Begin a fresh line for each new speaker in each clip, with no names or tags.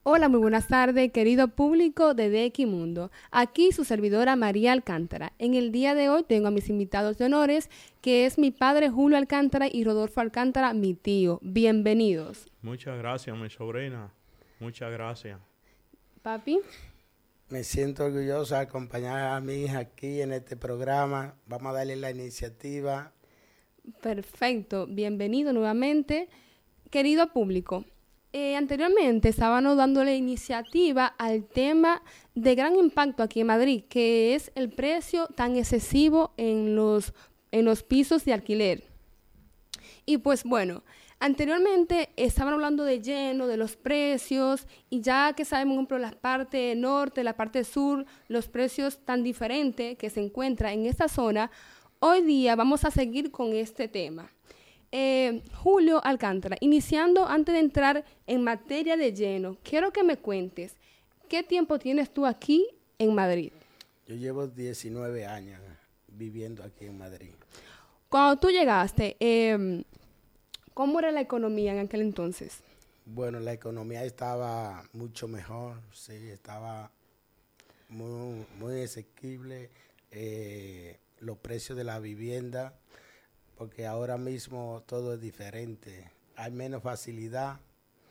Hola, muy buenas tardes, querido público de DX Mundo. Aquí su servidora María Alcántara. En el día de hoy tengo a mis invitados de honores, que es mi padre Julio Alcántara y Rodolfo Alcántara, mi tío. Bienvenidos.
Muchas gracias, mi sobrina. Muchas gracias.
Papi.
Me siento orgulloso de acompañar a mi hija aquí en este programa. Vamos a darle la iniciativa.
Perfecto, bienvenido nuevamente. Querido público, anteriormente estábamos dándole iniciativa al tema de gran impacto aquí en Madrid, que es el precio tan excesivo en los pisos de alquiler. Y pues bueno, anteriormente estaban hablando de lleno, de los precios, y ya que sabemos, por ejemplo, la parte norte, la parte sur, los precios tan diferentes que se encuentran en esta zona, hoy día vamos a seguir con este tema. Julio Alcántara, iniciando antes de entrar en materia de lleno, quiero que me cuentes, ¿qué tiempo tienes tú aquí en Madrid?
Yo llevo 19 años viviendo aquí en Madrid.
Cuando tú llegaste, ¿cómo era la economía en aquel entonces?
Bueno, la economía estaba mucho mejor, sí, estaba muy asequible, los precios de la vivienda, porque ahora mismo todo es diferente, hay menos facilidad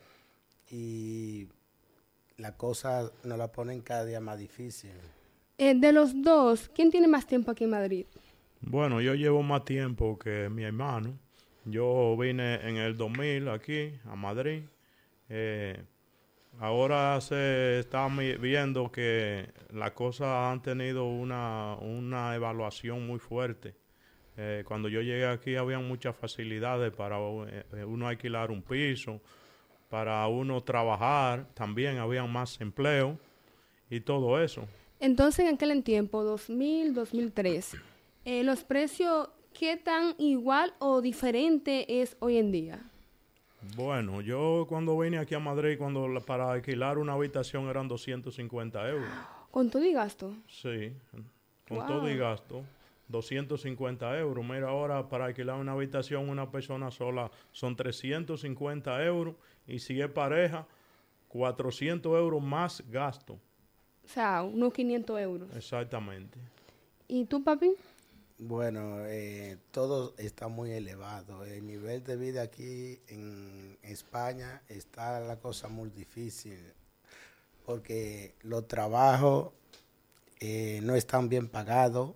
y la cosa nos la ponen cada día más difícil.
De los dos, ¿quién tiene más tiempo aquí en Madrid?
Bueno, yo llevo más tiempo que mi hermano. Yo vine en el 2000 aquí, a Madrid. Ahora se está viendo que las cosas han tenido una evaluación muy fuerte. Cuando yo llegué aquí había muchas facilidades para uno alquilar un piso, para uno trabajar, también había más empleo y todo eso.
Entonces, en aquel tiempo, 2000, 2003, los precios, ¿qué tan igual o diferente es hoy en día?
Bueno, yo cuando vine aquí a Madrid, para alquilar una habitación eran 250 euros.
¿Con todo y gasto?
Sí, con todo y gasto, 250 euros. Mira, ahora para alquilar una habitación una persona sola son 350 euros y si es pareja, 400 euros más gasto.
O sea, unos 500 euros.
Exactamente.
¿Y tú, papi?
Bueno, todo está muy elevado. El nivel de vida aquí en España está la cosa muy difícil porque los trabajos no están bien pagados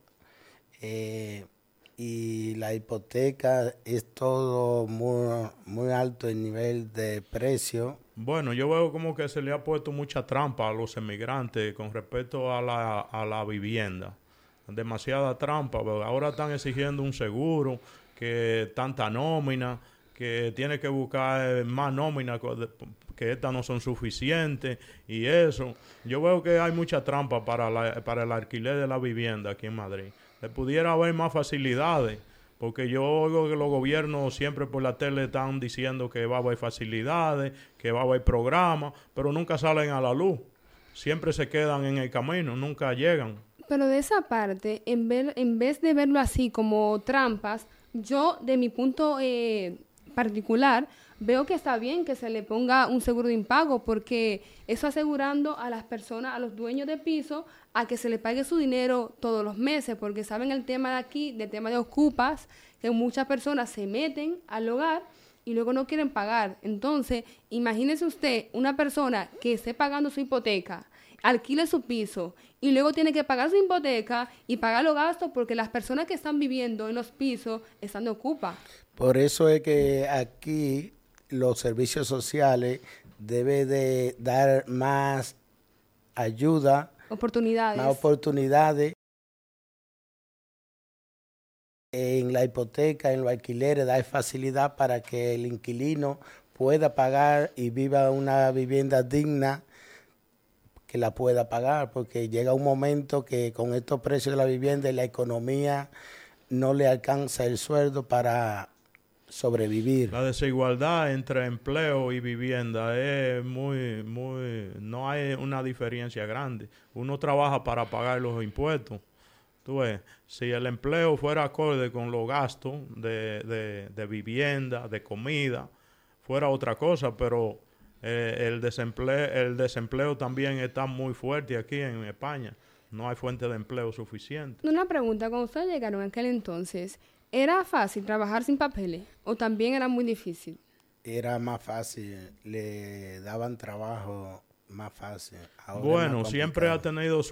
y la hipoteca es todo muy alto el nivel de precio.
Bueno, yo veo como que se le ha puesto mucha trampa a los emigrantes con respecto a la vivienda. Demasiada trampa, pero ahora están exigiendo un seguro, que tanta nómina, que tiene que buscar más nómina, que estas no son suficientes y eso. Yo veo que hay mucha trampa para el alquiler de la vivienda aquí en Madrid. Le pudiera haber más facilidades, porque yo oigo que los gobiernos siempre por la tele están diciendo que va a haber facilidades, que va a haber programas, pero nunca salen a la luz. Siempre se quedan en el camino, nunca llegan.
Pero de esa parte, en vez de verlo así como trampas, yo de mi punto particular veo que está bien que se le ponga un seguro de impago porque eso asegurando a las personas, a los dueños de piso, a que se le pague su dinero todos los meses, porque saben el tema de aquí, del tema de ocupas, que muchas personas se meten al hogar y luego no quieren pagar. Entonces, imagínese usted una persona que esté pagando su hipoteca, alquile su piso y luego tiene que pagar su hipoteca y pagar los gastos porque las personas que están viviendo en los pisos están de ocupa.
Por eso es que aquí los servicios sociales deben de dar más ayuda,
Oportunidades.
más oportunidades en la hipoteca, en los alquileres, dar facilidad para que el inquilino pueda pagar y viva una vivienda digna, que la pueda pagar, porque llega un momento que con estos precios de la vivienda y la economía no le alcanza el sueldo para sobrevivir.
La desigualdad entre empleo y vivienda es no hay una diferencia grande. Uno trabaja para pagar los impuestos. Tú ves, si el empleo fuera acorde con los gastos de vivienda, de comida, fuera otra cosa, pero El desempleo también está muy fuerte aquí en España. No hay fuente de empleo suficiente.
Una pregunta, cuando ustedes llegaron en aquel entonces, ¿era fácil trabajar sin papeles o también era muy difícil?
Era más fácil, le daban trabajo más fácil. Ahora
Bueno,
es más
siempre ha
complicado.
tenido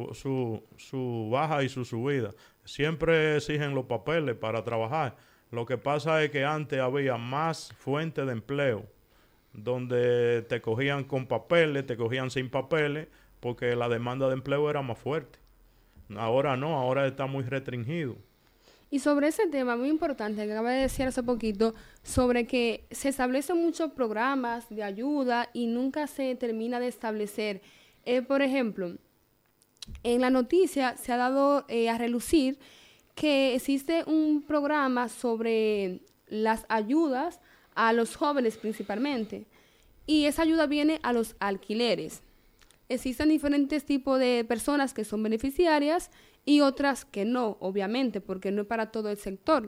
su baja y su subida. Siempre exigen los papeles para trabajar. Lo que pasa es que antes había más fuentes de empleo, donde te cogían con papeles, te cogían sin papeles, porque la demanda de empleo era más fuerte. Ahora no, ahora está muy restringido.
Y sobre ese tema muy importante que acaba de decir hace poquito, sobre que se establecen muchos programas de ayuda y nunca se termina de establecer. Por ejemplo, en la noticia se ha dado a relucir que existe un programa sobre las ayudas a los jóvenes principalmente. Y esa ayuda viene a los alquileres. Existen diferentes tipos de personas que son beneficiarias y otras que no, obviamente, porque no es para todo el sector.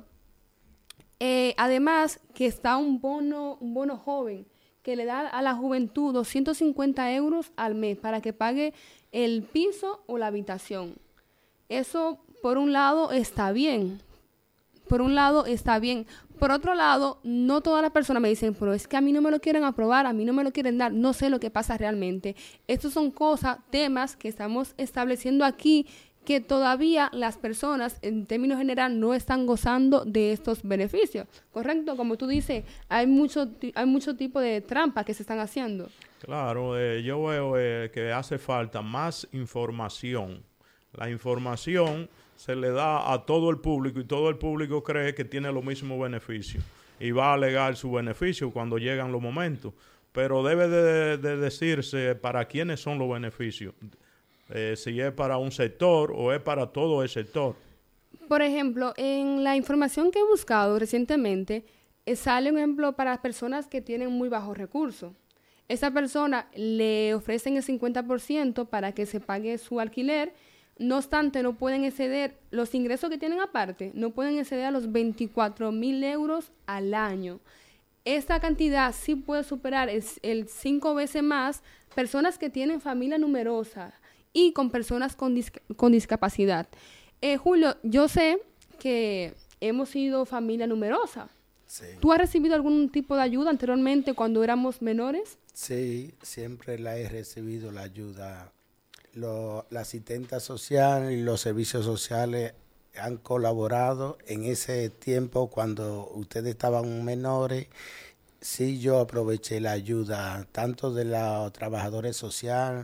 Además, que está un bono joven que le da a la juventud 250 euros al mes para que pague el piso o la habitación. Eso, por un lado, está bien. Por un lado, está bien. Por otro lado, no todas las personas me dicen, pero es que a mí no me lo quieren aprobar, a mí no me lo quieren dar, no sé lo que pasa realmente. Estos son cosas, temas que estamos estableciendo aquí, que todavía las personas, en términos general, no están gozando de estos beneficios. ¿Correcto? Como tú dices, hay mucho tipo de trampas que se están haciendo.
Claro, yo veo que hace falta más información. La información se le da a todo el público y todo el público cree que tiene los mismos beneficios y va a alegar su beneficio cuando llegan los momentos. Pero debe de decirse para quiénes son los beneficios. Si es para un sector o es para todo el sector.
Por ejemplo, en la información que he buscado recientemente, sale un ejemplo para las personas que tienen muy bajos recursos. Esa persona le ofrecen el 50% para que se pague su alquiler. No obstante, no pueden exceder, los ingresos que tienen aparte, no pueden exceder a los 24,000 euros al año. Esta cantidad sí puede superar el 5 veces más personas que tienen familia numerosa y con personas con discapacidad. Julio, yo sé que hemos sido familia numerosa.
Sí.
¿Tú has recibido algún tipo de ayuda anteriormente cuando éramos menores?
Sí, siempre la he recibido la ayuda. La asistenta social y los servicios sociales han colaborado en ese tiempo cuando ustedes estaban menores. Sí, yo aproveché la ayuda tanto de los trabajadores sociales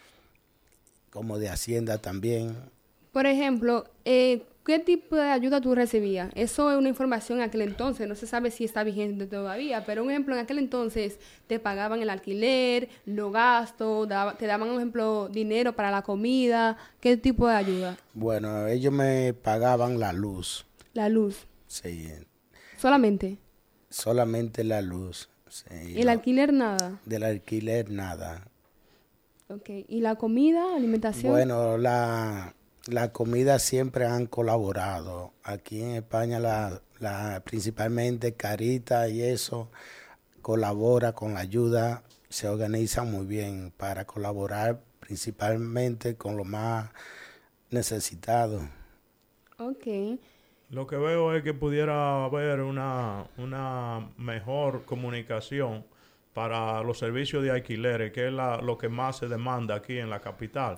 como de Hacienda también.
Por ejemplo, ¿qué tipo de ayuda tú recibías? Eso es una información en aquel entonces, no se sabe si está vigente todavía, pero un ejemplo, en aquel entonces te pagaban el alquiler, los gastos, te daban, un ejemplo, dinero para la comida. ¿Qué tipo de ayuda?
Bueno, ellos me pagaban la luz.
La luz.
Sí,
¿Solamente?
solamente la luz. Sí,
¿El alquiler nada?
del alquiler nada.
Ok. ¿Y la comida, alimentación?
Bueno, la comida siempre han colaborado. Aquí en España principalmente Caritas y eso colabora con la ayuda, se organizan muy bien para colaborar principalmente con los más necesitados.
Ok.
Lo que veo es que pudiera haber una mejor comunicación para los servicios de alquileres, que es lo que más se demanda aquí en la capital.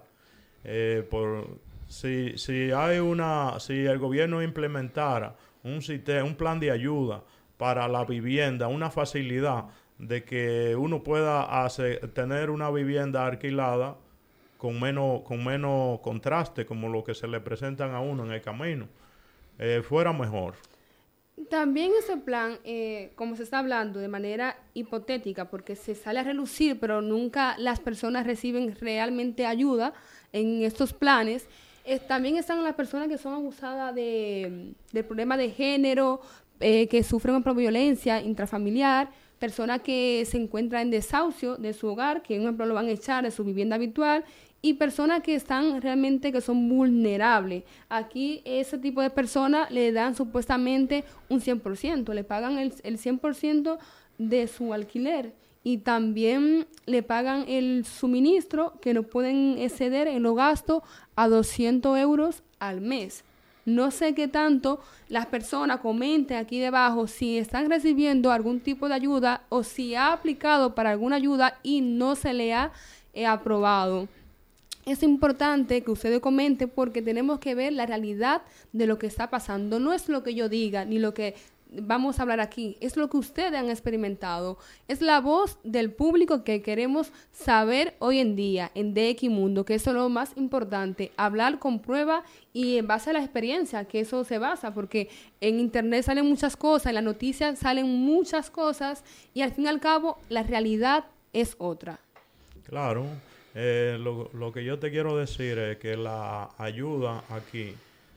Si el gobierno implementara un plan de ayuda para la vivienda, una facilidad de que uno pueda tener una vivienda alquilada con menos contraste, como lo que se le presentan a uno en el camino, fuera mejor.
También ese plan, como se está hablando de manera hipotética, porque se sale a relucir, pero nunca las personas reciben realmente ayuda en estos planes. También están las personas que son abusadas de problemas de género, que sufren por violencia intrafamiliar, personas que se encuentran en desahucio de su hogar, que un ejemplo lo van a echar de su vivienda habitual, y personas que están realmente, que son vulnerables. Aquí ese tipo de personas le dan supuestamente un 100%, le pagan el 100% de su alquiler y también le pagan el suministro que no pueden exceder en los gastos a 200 euros al mes. No sé qué tanto las personas comenten aquí debajo si están recibiendo algún tipo de ayuda o si ha aplicado para alguna ayuda y no se le ha aprobado. Es importante que ustedes comenten porque tenemos que ver la realidad de lo que está pasando. No es lo que yo diga ni lo que vamos a hablar aquí, es lo que ustedes han experimentado. Es la voz del público que queremos saber hoy en día en DX Mundo, que eso es lo más importante, hablar con prueba y en base a la experiencia, que eso se basa, porque en internet salen muchas cosas, en las noticias salen muchas cosas y al fin y al cabo la realidad es otra.
Claro, lo que yo te quiero decir es que la ayuda aquí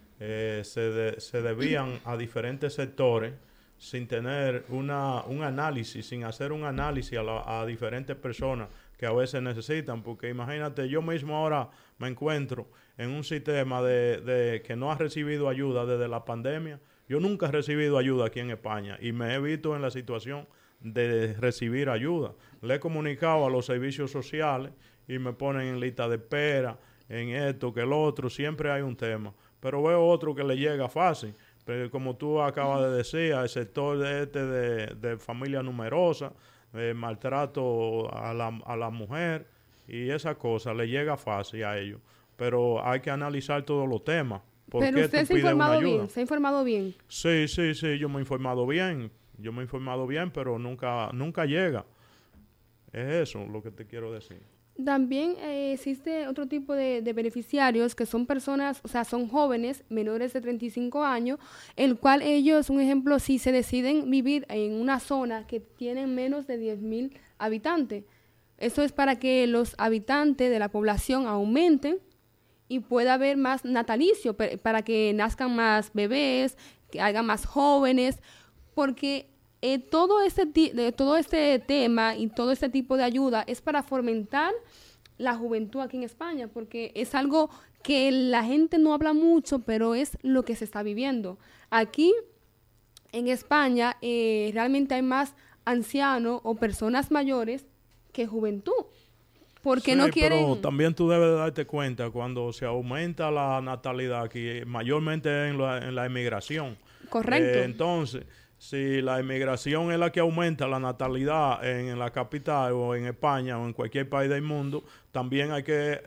se debían a diferentes sectores sin tener un análisis, sin hacer un análisis a diferentes personas que a veces necesitan, porque imagínate, yo mismo ahora me encuentro en un sistema de que no ha recibido ayuda desde la pandemia. Yo nunca he recibido ayuda aquí en España y me he visto en la situación de recibir ayuda. Le he comunicado a los servicios sociales y me ponen en lista de espera, en esto, que el otro, siempre hay un tema. Pero veo otro que le llega fácil. Pero como tú acabas de decir, al sector de familia numerosa, maltrato a la mujer y esas cosas, le llega fácil a ellos. Pero hay que analizar todos los temas.
Pero usted se ha informado bien, ¿se ha informado bien?
Sí, yo me he informado bien. Pero nunca llega. Es eso lo que te quiero decir.
También existe otro tipo de beneficiarios que son personas, o sea, son jóvenes menores de 35 años, el cual ellos, un ejemplo, si se deciden vivir en una zona que tiene menos de 10,000 habitantes, eso es para que los habitantes de la población aumenten y pueda haber más natalicio, para que nazcan más bebés, que haya más jóvenes, porque todo este tema y todo este tipo de ayuda es para fomentar la juventud aquí en España, porque es algo que la gente no habla mucho, pero es lo que se está viviendo. Aquí en España realmente hay más ancianos o personas mayores que juventud, porque
sí,
no quieren...
Pero también tú debes de darte cuenta cuando se aumenta la natalidad aquí, mayormente en la inmigración.
Correcto.
Entonces, si la inmigración es la que aumenta la natalidad en la capital o en España o en cualquier país del mundo, también hay que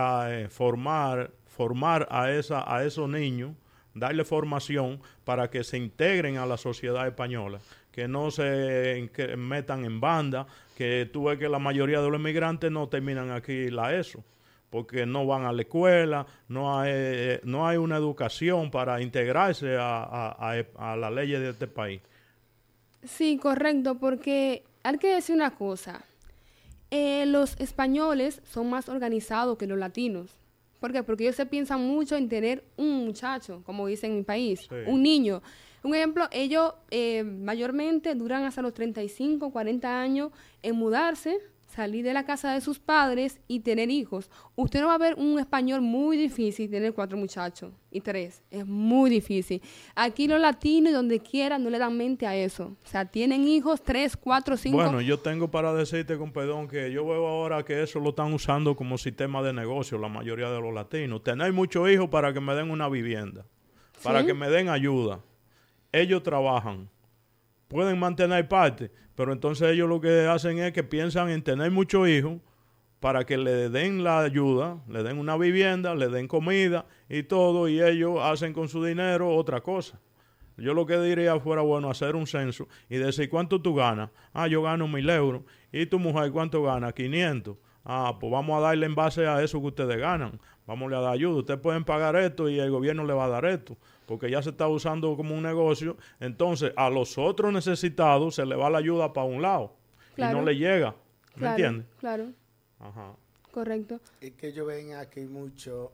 formar a esos niños, darle formación para que se integren a la sociedad española, que no se metan en banda, que tú ves que la mayoría de los inmigrantes no terminan aquí la ESO, porque no van a la escuela, no hay una educación para integrarse a las leyes de este país.
Sí, correcto, porque hay que decir una cosa, los españoles son más organizados que los latinos. ¿Por qué? Porque ellos se piensan mucho en tener un muchacho, como dicen en mi país, sí, un niño. Un ejemplo, ellos mayormente duran hasta los 35, 40 años en mudarse, salir de la casa de sus padres y tener hijos. Usted no va a ver un español muy difícil tener 4 muchachos y 3. Es muy difícil. Aquí los latinos, donde quiera, no le dan mente a eso. O sea, tienen hijos 3, 4, 5.
Bueno, yo tengo para decirte, con perdón, que yo veo ahora que eso lo están usando como sistema de negocio la mayoría de los latinos. Tener muchos hijos para que me den una vivienda, para que me den ayuda. Ellos trabajan, pueden mantener parte, pero entonces ellos lo que hacen es que piensan en tener muchos hijos para que le den la ayuda, le den una vivienda, le den comida y todo, y ellos hacen con su dinero otra cosa. Yo lo que diría fuera bueno hacer un censo y decir cuánto tú ganas. Yo gano 1,000 euros. ¿Y tu mujer cuánto gana? 500. Pues vamos a darle en base a eso que ustedes ganan. Vamos a dar ayuda. Ustedes pueden pagar esto y el gobierno le va a dar esto, porque ya se está usando como un negocio. Entonces, a los otros necesitados se le va la ayuda para un lado, claro, y no le llega. ¿Me entiendes?
Claro.
Ajá.
Correcto.
Es que ellos ven aquí mucho,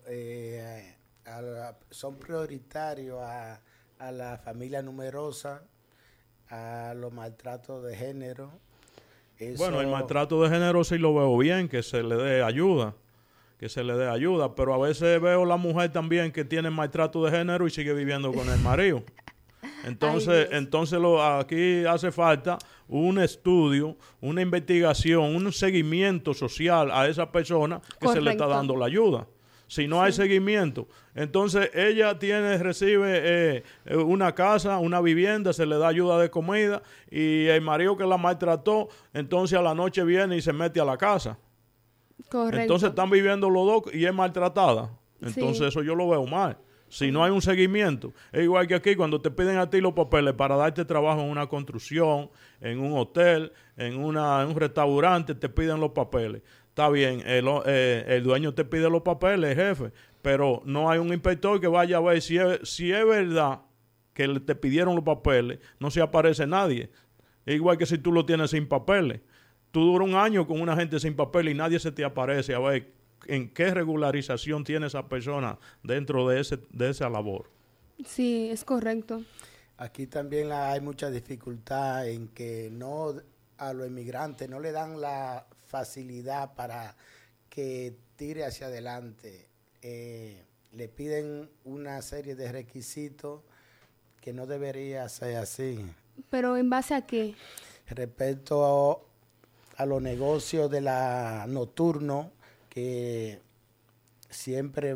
son prioritarios a la familia numerosa, a los maltratos de género. Eso...
Bueno, el maltrato de género sí lo veo bien, que se le dé ayuda. Pero a veces veo la mujer también que tiene maltrato de género y sigue viviendo con el marido. Entonces,
Dios.
aquí hace falta un estudio, una investigación, un seguimiento social a esa persona que se le está
Correcto.
dando la ayuda. Si no hay seguimiento, entonces ella recibe una casa, una vivienda, se le da ayuda de comida y el marido que la maltrató, entonces a la noche viene y se mete a la casa.
Correcto.
Entonces están viviendo los dos y es maltratada. Entonces
Sí.
eso yo lo veo mal. Si no hay un seguimiento, es igual que aquí cuando te piden a ti los papeles para darte trabajo en una construcción, en un hotel, en un restaurante, te piden los papeles. Está bien, el dueño te pide los papeles, jefe, pero no hay un inspector que vaya a ver si es verdad que te pidieron los papeles, no se aparece nadie. Es igual que si tú lo tienes sin papeles. Tú duras un año con una gente sin papeles y nadie se te aparece a ver en qué regularización tiene esa persona dentro de esa labor.
Sí, es correcto.
Aquí también hay mucha dificultad en que no a los inmigrantes no le dan la facilidad para que tire hacia adelante. Le piden una serie de requisitos que no debería ser así.
Pero ¿en base a qué?
Respecto a los negocios de la nocturno, que siempre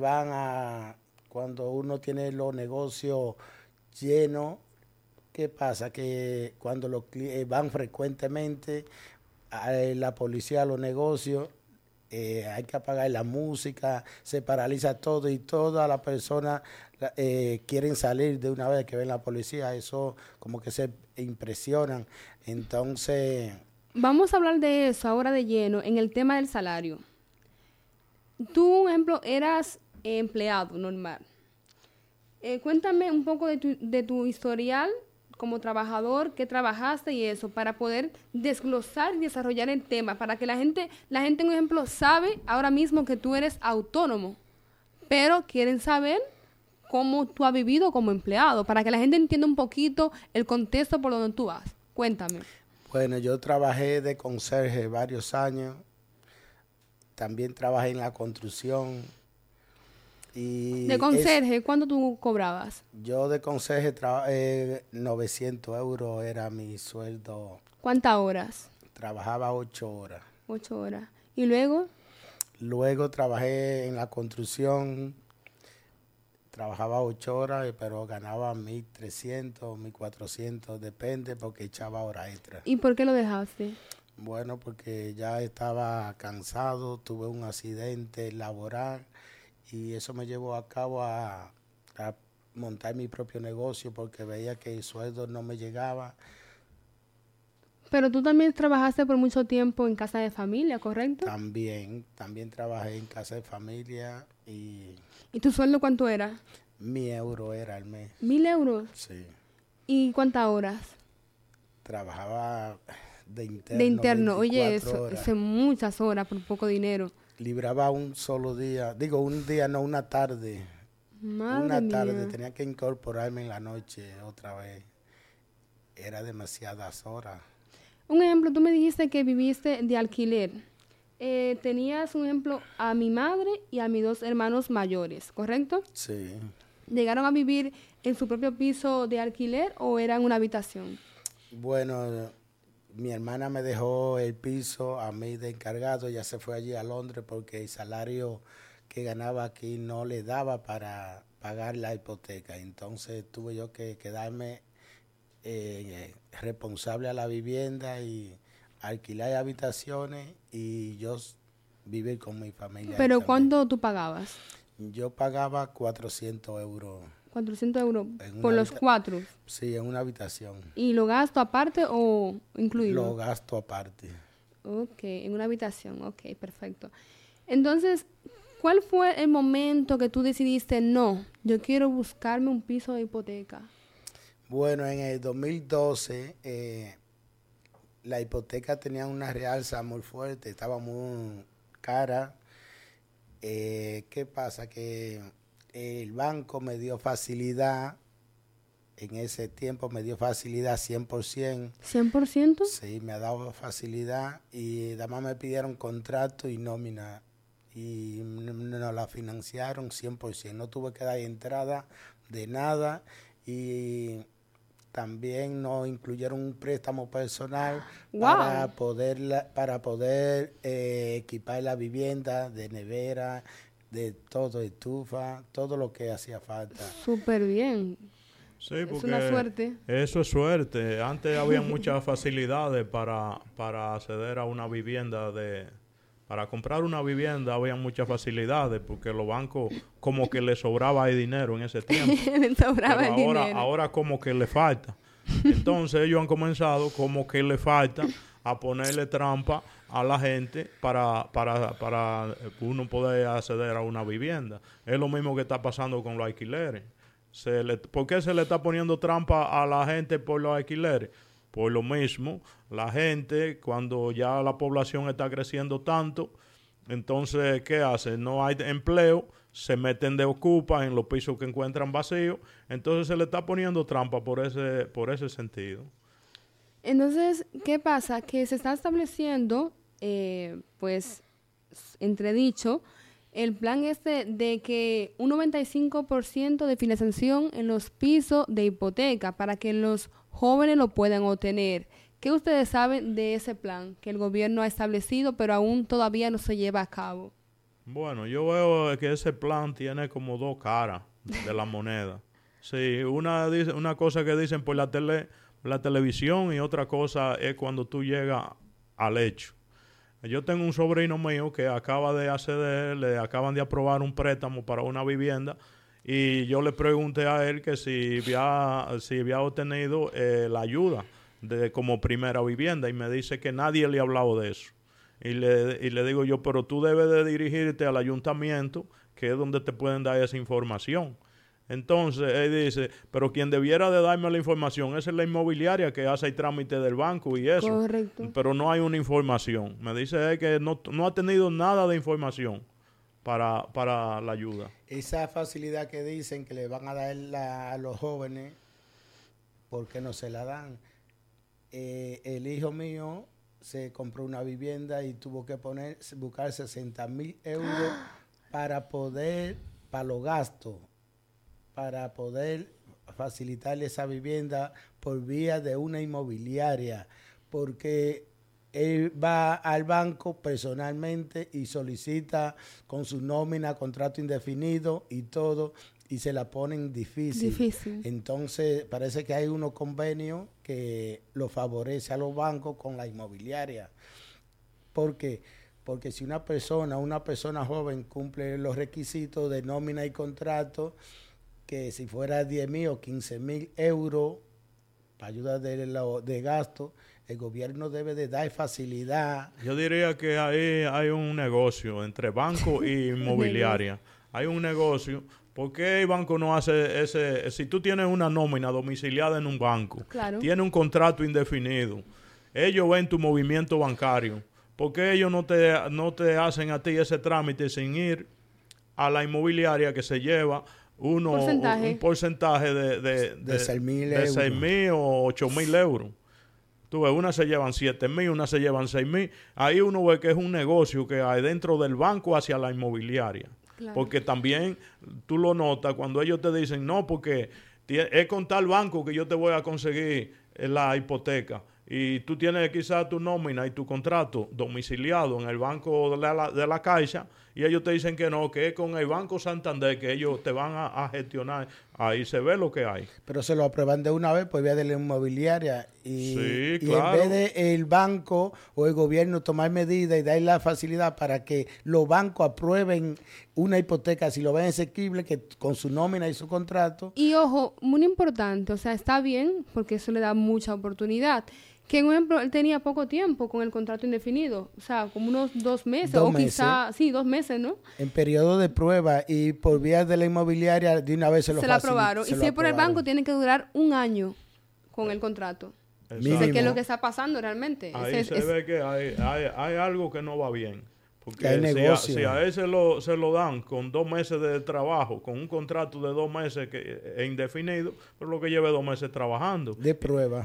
cuando uno tiene los negocios llenos, ¿qué pasa? Que cuando van frecuentemente la policía a los negocios, hay que apagar la música, se paraliza todo y todas las personas quieren salir de una vez que ven la policía, eso como que se impresionan. Entonces,
Vamos a hablar de eso ahora de lleno en el tema del salario. Tú, por ejemplo, eras empleado normal. Cuéntame un poco de tu historial como trabajador, qué trabajaste y eso, para poder desglosar y desarrollar el tema, para que la gente, un ejemplo, sabe ahora mismo que tú eres autónomo, pero quieren saber cómo tú has vivido como empleado, para que la gente entienda un poquito el contexto por donde tú vas. Cuéntame.
bueno, yo trabajé de conserje varios años, también trabajé en la construcción. Y
De conserje, ¿cuánto tú cobrabas?
yo de conserje 900 euros era mi sueldo.
¿Cuántas horas?
Trabajaba 8 horas.
8 horas. ¿Y luego?
Luego trabajé en la construcción, trabajaba 8 horas, pero ganaba 1.300, 1.400, depende porque echaba horas extra.
¿Y por qué lo dejaste?
Bueno, porque ya estaba cansado, tuve un accidente laboral y eso me llevó a cabo a montar mi propio negocio porque veía que el sueldo no me llegaba.
Pero tú también trabajaste por mucho tiempo en casa de familia, ¿correcto?
También trabajé en casa de familia y
¿Y tu sueldo cuánto era?
1.000 euros era al mes.
1.000 euros.
Sí,
¿Y cuántas horas?
trabajaba de interno.
De interno. Oye,
24
eso
horas.
es muchas horas por poco dinero.
Libraba un solo día, digo un día, no, una tarde.
Madre
Una
mía.
tarde tenía que incorporarme en la noche otra vez. Era demasiadas horas.
Un ejemplo, tú me dijiste que viviste de alquiler. Tenías, un ejemplo, a mi madre y a mis 2 hermanos mayores, ¿correcto?
Sí.
¿Llegaron a vivir en su propio piso de alquiler o era en una habitación?
Bueno, mi hermana me dejó el piso a mí de encargado, ya se fue allí a Londres porque el salario que ganaba aquí no le daba para pagar la hipoteca. Entonces tuve yo que quedarme responsable a la vivienda y alquilar habitaciones y yo vivir con mi familia.
¿Pero
también.
cuánto tú pagabas?
Yo pagaba 400 euros.
400 euros
En
por
una
los 4.
Sí, en una habitación.
¿Y lo gasto aparte o incluido?
Lo gasto aparte.
Ok, en una habitación. Ok, perfecto. Entonces, ¿cuál fue el momento que tú decidiste, no, yo quiero buscarme un piso de hipoteca?
Bueno, en el 2012 la hipoteca tenía una realza muy fuerte, estaba muy cara. ¿Qué pasa? Que el banco me dio facilidad, en ese tiempo me dio facilidad 100%.
¿100%?
Sí, me ha dado facilidad y además me pidieron contrato y nómina y nos la financiaron 100%. No tuve que dar entrada de nada y también nos incluyeron un préstamo personal
Wow.
para poder equipar la vivienda de nevera, de todo, estufa, todo lo que hacía falta.
Súper bien.
Sí,
Es
porque
una suerte.
eso es suerte. Antes había muchas facilidades para acceder a una vivienda para comprar una vivienda había muchas facilidades porque los bancos como que les sobraba el dinero en ese tiempo.
Me sobraba
Pero
el dinero.
ahora como que le falta. Entonces ellos han comenzado como que le falta a ponerle trampa a la gente para uno poder acceder a una vivienda. Es lo mismo que está pasando con los alquileres. ¿Por qué se le está poniendo trampa a la gente por los alquileres? Por lo mismo, la gente, cuando ya la población está creciendo tanto, entonces, ¿qué hace? No hay empleo, se meten de ocupa en los pisos que encuentran vacíos, entonces se le está poniendo trampa por ese sentido.
Entonces, ¿qué pasa? Que se está estableciendo, pues, entredicho, el plan de que un 95% de financiación en los pisos de hipoteca para que los jóvenes lo puedan obtener. ¿Qué ustedes saben de ese plan que el gobierno ha establecido, pero aún todavía no se lleva a cabo?
Bueno, yo veo que ese plan tiene como dos caras de la moneda. Sí, una cosa que dicen por la televisión y otra cosa es cuando tú llegas al hecho. Yo tengo un sobrino mío que acaba de acceder, le acaban de aprobar un préstamo para una vivienda y yo le pregunté a él que si había obtenido la ayuda como primera vivienda y me dice que nadie le ha hablado de eso. Y le digo yo, pero tú debes de dirigirte al ayuntamiento, que es donde te pueden dar esa información. Entonces él dice, pero quien debiera de darme la información es la inmobiliaria que hace el trámite del banco y eso.
Correcto.
Pero no hay una información. Me dice él que no ha tenido nada de información para la ayuda.
Esa facilidad que dicen que le van a dar a los jóvenes, ¿por qué no se la dan? El hijo mío se compró una vivienda y tuvo que buscar 60,000 euros para los gastos, para poder facilitarle esa vivienda por vía de una inmobiliaria, porque él va al banco personalmente y solicita con su nómina, contrato indefinido y todo, y se la ponen difícil. Entonces, parece que hay unos convenios que lo favorece a los bancos con la inmobiliaria. ¿Por qué? Porque si una persona joven cumple los requisitos de nómina y contrato, que si fuera 10,000 o 15,000 euros para ayuda de gasto, el gobierno debe de dar facilidad.
Yo diría que ahí hay un negocio entre banco y inmobiliaria. Hay un negocio. ¿Por qué el banco no hace ese? Si tú tienes una nómina domiciliada en un banco,
claro,
tiene un contrato indefinido, ellos ven tu movimiento bancario, ¿por qué ellos no te hacen a ti ese trámite sin ir a la inmobiliaria que se lleva un porcentaje de 6,000 o 8,000 euros? Tú ves, unas se llevan 7,000, unas se llevan 6,000. Ahí uno ve que es un negocio que hay dentro del banco hacia la inmobiliaria. Claro. Porque también tú lo notas cuando ellos te dicen, no, porque es con tal banco que yo te voy a conseguir la hipoteca. Y tú tienes quizás tu nómina y tu contrato domiciliado en el banco de la Caixa y ellos te dicen que no, que es con el Banco Santander que ellos te van a gestionar. Ahí se ve lo que hay.
Pero se lo aprueban de una vez por vía de la inmobiliaria
sí, claro.
Y en vez de el banco o el gobierno tomar medidas y dar la facilidad para que los bancos aprueben una hipoteca si lo ven asequible, que con su nómina y su contrato.
Y ojo, muy importante, o sea, está bien porque eso le da mucha oportunidad. Que en un ejemplo, él tenía poco tiempo con el contrato indefinido, o sea, como unos 2 meses, o quizá, sí, 2 meses, ¿no?
En periodo de prueba y por vía de la inmobiliaria, de una vez se lo
aprobaron. Y si es por el banco, tiene que durar 1 año con el contrato. Entonces, ¿qué es lo que está pasando realmente?
Ahí se ve que hay algo que no va bien. Porque si a él se lo dan con 2 meses de trabajo, con un contrato de 2 meses que es indefinido, pero lo que lleve 2 meses trabajando.
De prueba.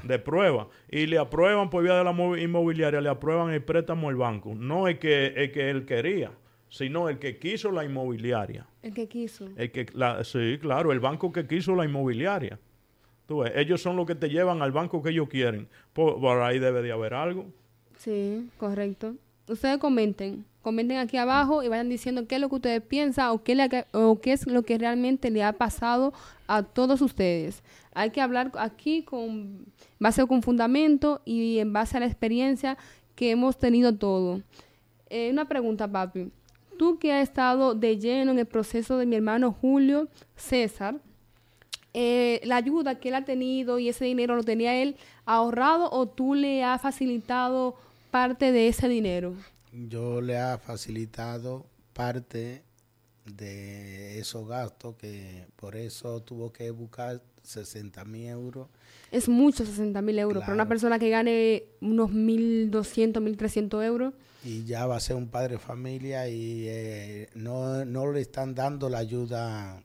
Y le aprueban por vía de la inmobiliaria, le aprueban el préstamo al banco. No el que él quería, sino el que quiso la inmobiliaria.
El que quiso.
Sí, claro, el banco que quiso la inmobiliaria. Tú ves, ellos son los que te llevan al banco que ellos quieren. Por ahí debe de haber algo.
Sí, correcto. Ustedes comenten aquí abajo y vayan diciendo qué es lo que ustedes piensan o qué es lo que realmente le ha pasado a todos ustedes. Hay que hablar aquí con base con fundamento y en base a la experiencia que hemos tenido todo. Una pregunta, papi. Tú que has estado de lleno en el proceso de mi hermano Julio César, la ayuda que él ha tenido y ese dinero lo tenía él ahorrado o tú le has facilitado parte de ese dinero.
Yo le he facilitado parte de esos gastos, que por eso tuvo que buscar 60,000 euros.
Es mucho 60,000 euros,
Claro.
para una persona que gane unos 1.200, 1.300 euros.
Y ya va a ser un padre de familia y no le están dando la ayuda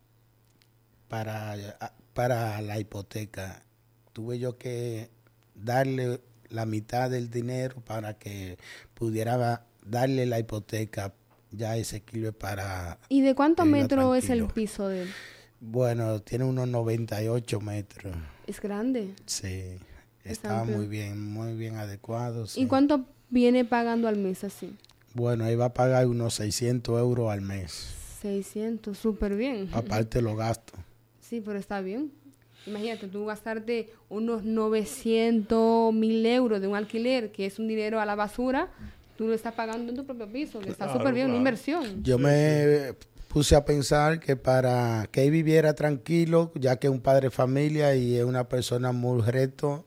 para la hipoteca. Tuve yo que darle la mitad del dinero para que pudiera darle la hipoteca ya asequible para...
¿Y de cuántos
que viva
metros es el
tranquilo.
piso de él?
Bueno, tiene unos 98 metros.
Es grande.
Sí,
Es
está
amplio.
muy bien adecuado. Sí.
¿Y cuánto viene pagando al mes así?
Bueno, ahí va a pagar unos 600 euros al mes,
600, súper bien.
aparte los gastos.
Sí, pero está bien. Imagínate, tú gastarte unos 900, 1.000 euros de un alquiler, que es un dinero a la basura, tú lo estás pagando en tu propio piso, que está
Claro,
súper bien, una
claro.
inversión.
Yo me puse a pensar que para que él viviera tranquilo, ya que es un padre de familia y es una persona muy recto,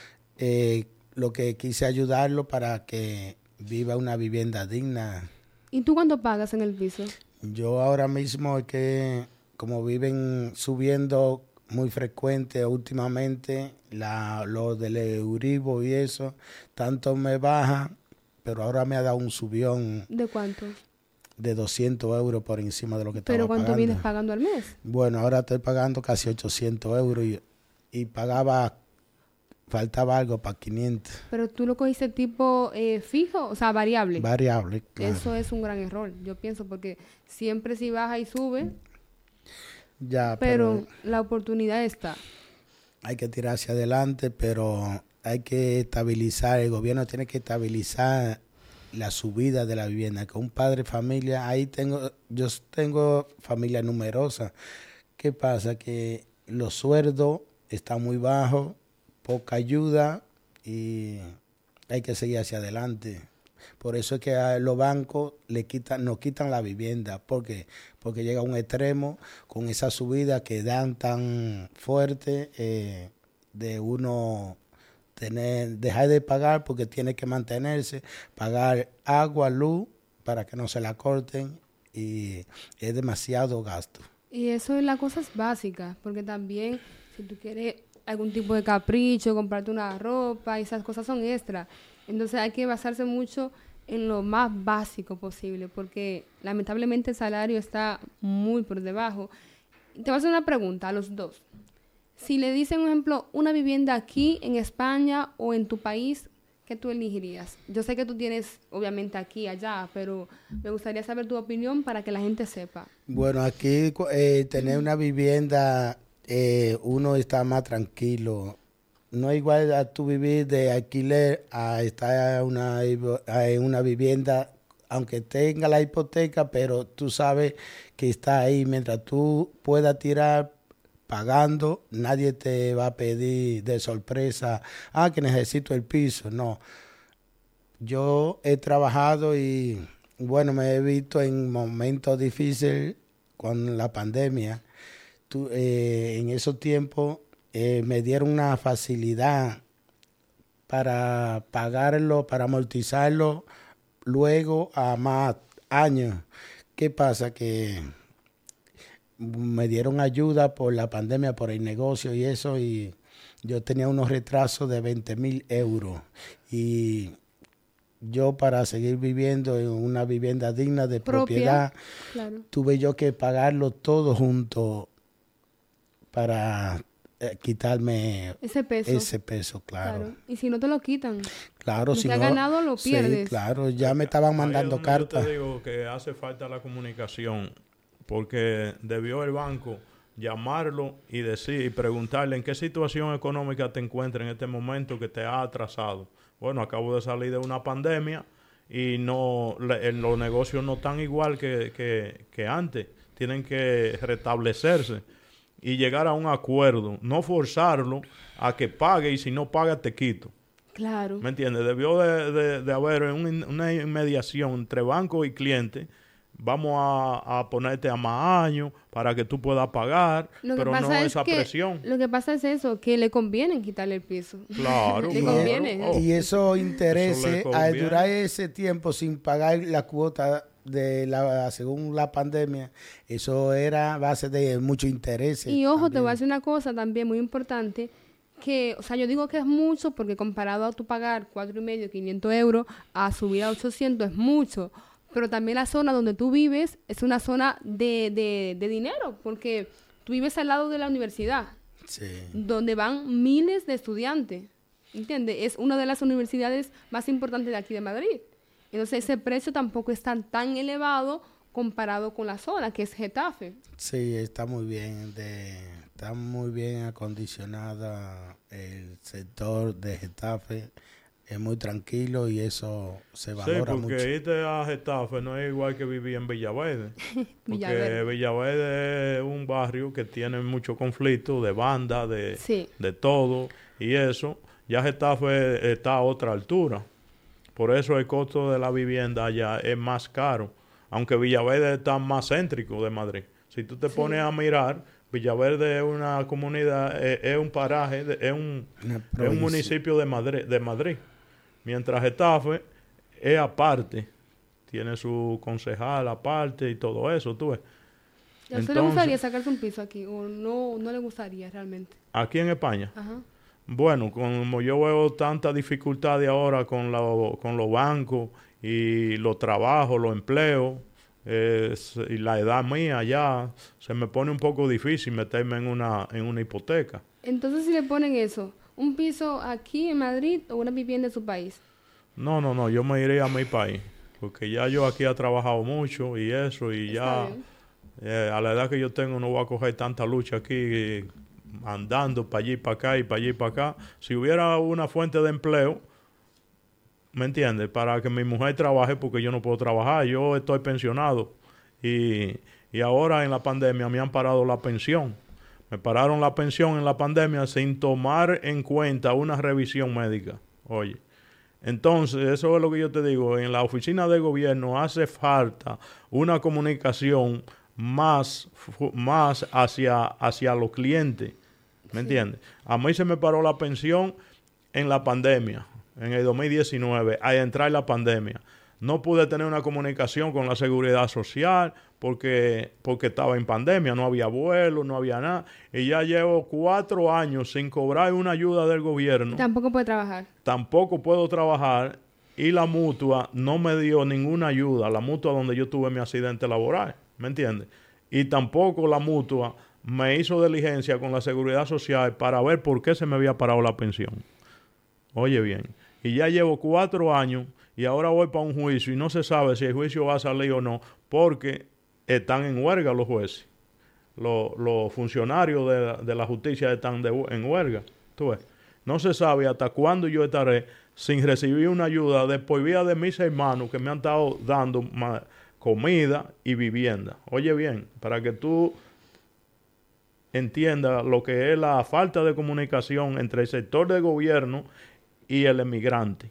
lo que quise ayudarlo para que viva una vivienda digna.
¿Y tú cuánto pagas en el piso?
Yo ahora mismo es que como viven subiendo muy frecuente últimamente, lo del Euribor y eso, tanto me baja, pero ahora me ha dado un subión
¿De cuánto?
de 200 euros por encima de lo que estaba
¿Pero cuánto
pagando.
vienes pagando al mes?
Bueno, ahora estoy pagando casi 800 euros y pagaba, faltaba algo para 500.
Pero tú lo cogiste tipo fijo, o sea, variable.
Variable, claro.
Eso es un gran error, yo pienso, porque siempre si baja y sube,
Ya,
pero la oportunidad está.
hay que tirar hacia adelante, pero hay que estabilizar, el gobierno tiene que estabilizar la subida de la vivienda. Con un padre de familia, yo tengo familia numerosa. ¿Qué pasa? Que los sueldos están muy bajos, poca ayuda y hay que seguir hacia adelante. Por eso es que a los bancos nos quitan la vivienda. ¿Por qué? Porque llega a un extremo con esa subida que dan tan fuerte de uno dejar de pagar porque tiene que mantenerse, pagar agua, luz para que no se la corten y es demasiado gasto.
Y eso es las cosas básicas, porque también si tú quieres algún tipo de capricho, comprarte una ropa, esas cosas son extra. Entonces hay que basarse mucho en lo más básico posible, porque lamentablemente el salario está muy por debajo. Te voy a hacer una pregunta a los dos. Si le dicen, por ejemplo, una vivienda aquí en España o en tu país, ¿qué tú elegirías? Yo sé que tú tienes, obviamente, aquí, allá, pero me gustaría saber tu opinión para que la gente sepa.
Bueno, aquí tener una vivienda, uno está más tranquilo. No es igual a tú vivir de alquiler a estar en una vivienda, aunque tenga la hipoteca, pero tú sabes que está ahí. Mientras tú puedas tirar pagando, nadie te va a pedir de sorpresa, que necesito el piso. No. Yo he trabajado y, bueno, me he visto en momentos difíciles con la pandemia. En esos tiempos me dieron una facilidad para pagarlo, para amortizarlo luego a más años. ¿Qué pasa? Que me dieron ayuda por la pandemia, por el negocio y eso, y yo tenía unos retrasos de 20,000 euros. Y yo, para seguir viviendo en una vivienda digna de propiedad,
Claro.
tuve yo que pagarlo todo junto para quitarme
Ese peso.
claro.
Y si no te lo quitan,
Claro,
lo
si
que has
no,
ganado lo
sí,
pierdes.
claro, ya me estaban mandando
Ahí es donde
cartas.
Yo te digo que hace falta la comunicación, porque debió el banco llamarlo y decir y preguntarle en qué situación económica te encuentras en este momento que te ha atrasado. Bueno, acabo de salir de una pandemia y los negocios no están igual que antes. Tienen que restablecerse y llegar a un acuerdo, no forzarlo a que pague y si no paga te quito.
Claro.
¿Me entiendes? Debió de haber una inmediación entre banco y cliente. Vamos a ponerte a más años para que tú puedas pagar, pero no esa presión.
Lo que pasa es eso, que le conviene quitarle el piso.
Claro,
le
claro.
conviene.
Y eso interese
Eso
al durar ese tiempo sin pagar la cuota según la pandemia, eso era base de mucho interés.
Y ojo, te voy a decir una cosa también muy importante, que, o sea, yo digo que es mucho porque comparado a tu pagar 4.500, 500 euros, a subir a 800 es mucho. Pero también la zona donde tú vives es una zona de dinero, porque tú vives al lado de la universidad,
sí,
donde van miles de estudiantes, ¿entiendes? Es una de las universidades más importantes de aquí de Madrid. Entonces ese precio tampoco es tan elevado comparado con la zona, que es Getafe.
Sí, está muy bien acondicionada el sector de Getafe. Es muy tranquilo y eso se valora mucho.
Sí, porque irte a Getafe no es igual que vivir en Villaverde. Porque Villaverde es un barrio que tiene mucho conflicto de banda, de todo. Y eso, ya Getafe está a otra altura. Por eso el costo de la vivienda allá es más caro. Aunque Villaverde está más céntrico de Madrid. Si tú te pones a mirar, Villaverde es una comunidad, es un paraje, es un municipio de Madrid. Mientras Getafe es aparte, tiene su concejal aparte y todo eso, tú ves.
¿A usted le gustaría sacarse un piso aquí o no le gustaría realmente?
Aquí en España.
Ajá.
Bueno, como yo veo tanta dificultad de ahora con los bancos y los trabajos, los empleos, y la edad mía ya, se me pone un poco difícil meterme en una hipoteca.
Entonces, si le ponen eso, ¿un piso aquí en Madrid o una vivienda en su país?
No, yo me iré a mi país, porque ya yo aquí he trabajado mucho y eso, y
Está
ya a la edad que yo tengo no voy a coger tanta lucha aquí andando para allí, para acá y para allí, para acá. Si hubiera una fuente de empleo, ¿me entiendes? Para que mi mujer trabaje, porque yo no puedo trabajar, yo estoy pensionado y ahora en la pandemia me han parado la pensión. Me pararon la pensión en la pandemia sin tomar en cuenta una revisión médica. Oye, entonces eso es lo que yo te digo, en la oficina de gobierno hace falta una comunicación más hacia los clientes, ¿me entiendes? A mí se me paró la pensión en la pandemia, en el 2019, al entrar la pandemia. No pude tener una comunicación con la Seguridad Social porque estaba en pandemia, no había vuelo, no había nada. Y ya llevo 4 años sin cobrar una ayuda del gobierno.
Tampoco puede trabajar.
Tampoco puedo trabajar y la mutua no me dio ninguna ayuda, la mutua donde yo tuve mi accidente laboral, ¿me entiendes? Y tampoco la mutua me hizo diligencia con la Seguridad Social para ver por qué se me había parado la pensión. Oye bien, y ya llevo 4 años y ahora voy para un juicio y no se sabe si el juicio va a salir o no, porque están en huelga los jueces. Los funcionarios de la justicia están en huelga. ¿Tú ves? No se sabe hasta cuándo yo estaré sin recibir una ayuda de por vía de mis hermanos que me han estado dando comida y vivienda. Oye bien, para que tú entiendas lo que es la falta de comunicación entre el sector de gobierno y el emigrante.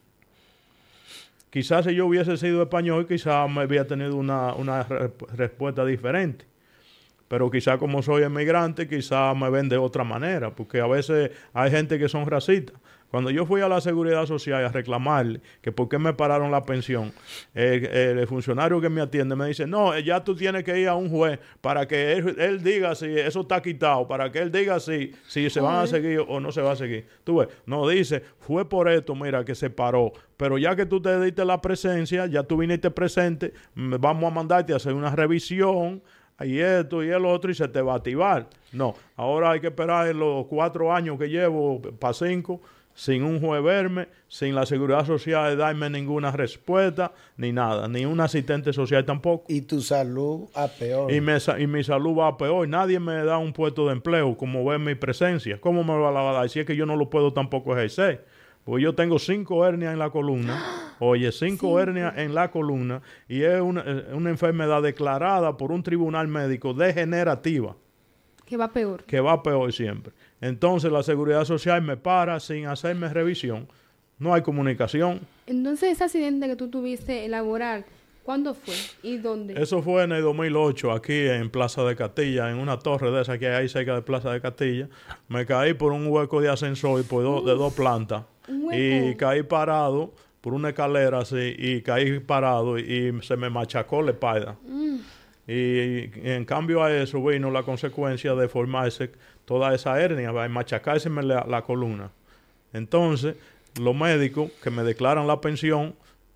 Quizás si yo hubiese sido español, quizás me había tenido una respuesta diferente. Pero quizás como soy emigrante, quizás me ven de otra manera, porque a veces hay gente que son racistas. Cuando yo fui a la Seguridad Social a reclamarle que por qué me pararon la pensión, el funcionario que me atiende me dice, no, ya tú tienes que ir a un juez para que él diga si eso está quitado, para que él diga si se van a seguir o no se va a seguir. Tú ves, no dice, fue por esto, mira, que se paró. Pero ya que tú te diste la presencia, ya tú viniste presente, vamos a mandarte a hacer una revisión, y esto y el otro, y se te va a activar. No, ahora hay que esperar en los 4 años que llevo, para 5, sin un juez verme, sin la Seguridad Social darme ninguna respuesta, ni nada, ni un asistente social tampoco.
Y tu salud a peor.
Y mi salud va a peor. Nadie me da un puesto de empleo como ve mi presencia. ¿Cómo me la va a dar? Si es que yo no lo puedo tampoco ejercer. Porque yo tengo 5 hernias en la columna. Oye, 5 hernias en la columna. Y es una enfermedad declarada por un tribunal médico degenerativa.
Que va peor.
Que va peor siempre. Entonces la Seguridad Social me para sin hacerme revisión. No hay comunicación.
Entonces, ese accidente que tú tuviste laboral, ¿cuándo fue y dónde?
Eso fue en el 2008, aquí en Plaza de Castilla, en una torre de esa que hay ahí cerca de Plaza de Castilla. Me caí por un hueco de ascensor de 2 plantas. Y caí parado por una escalera así, y caí parado y se me machacó la espalda. Y en cambio a eso vino la consecuencia de formarse toda esa hernia, machacarse la columna. Entonces, los médicos que me declaran la pensión,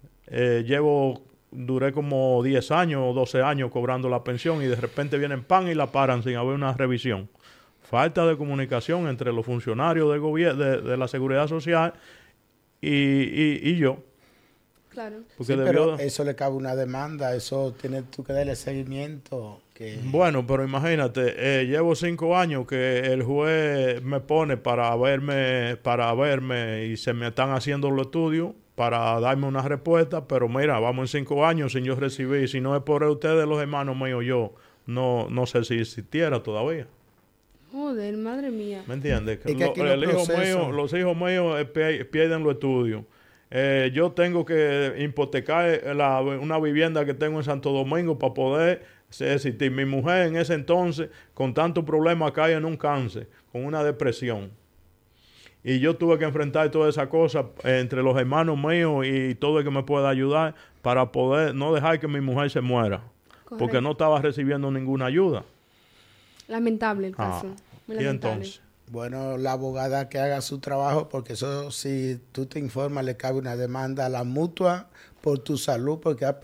duré como 10 años o 12 años cobrando la pensión y de repente vienen pan y la paran sin haber una revisión. Falta de comunicación entre los funcionarios del gobierno, de la Seguridad Social y yo.
Claro.
Sí, pero eso le cabe una demanda, eso tienes tú que darle seguimiento.
Bueno, pero imagínate, llevo 5 años que el juez me pone para verme y se me están haciendo los estudios para darme una respuesta, pero mira, vamos en 5 años sin yo recibir, si no es por ustedes, los hermanos míos, yo no sé si existiera todavía.
Joder, madre mía.
¿Me entiendes?
Que
los hijos míos pierden los estudios. Yo tengo que hipotecar una vivienda que tengo en Santo Domingo para poder existir. Mi mujer en ese entonces, con tantos problemas, cae en un cáncer, con una depresión. Y yo tuve que enfrentar todas esas cosas entre los hermanos míos y todo el que me pueda ayudar para poder no dejar que mi mujer se muera. Correcto. Porque no estaba recibiendo ninguna ayuda.
Lamentable el caso.
¿Y entonces?
Bueno, la abogada que haga su trabajo, porque eso, si tú te informas, le cabe una demanda a la mutua por tu salud, porque le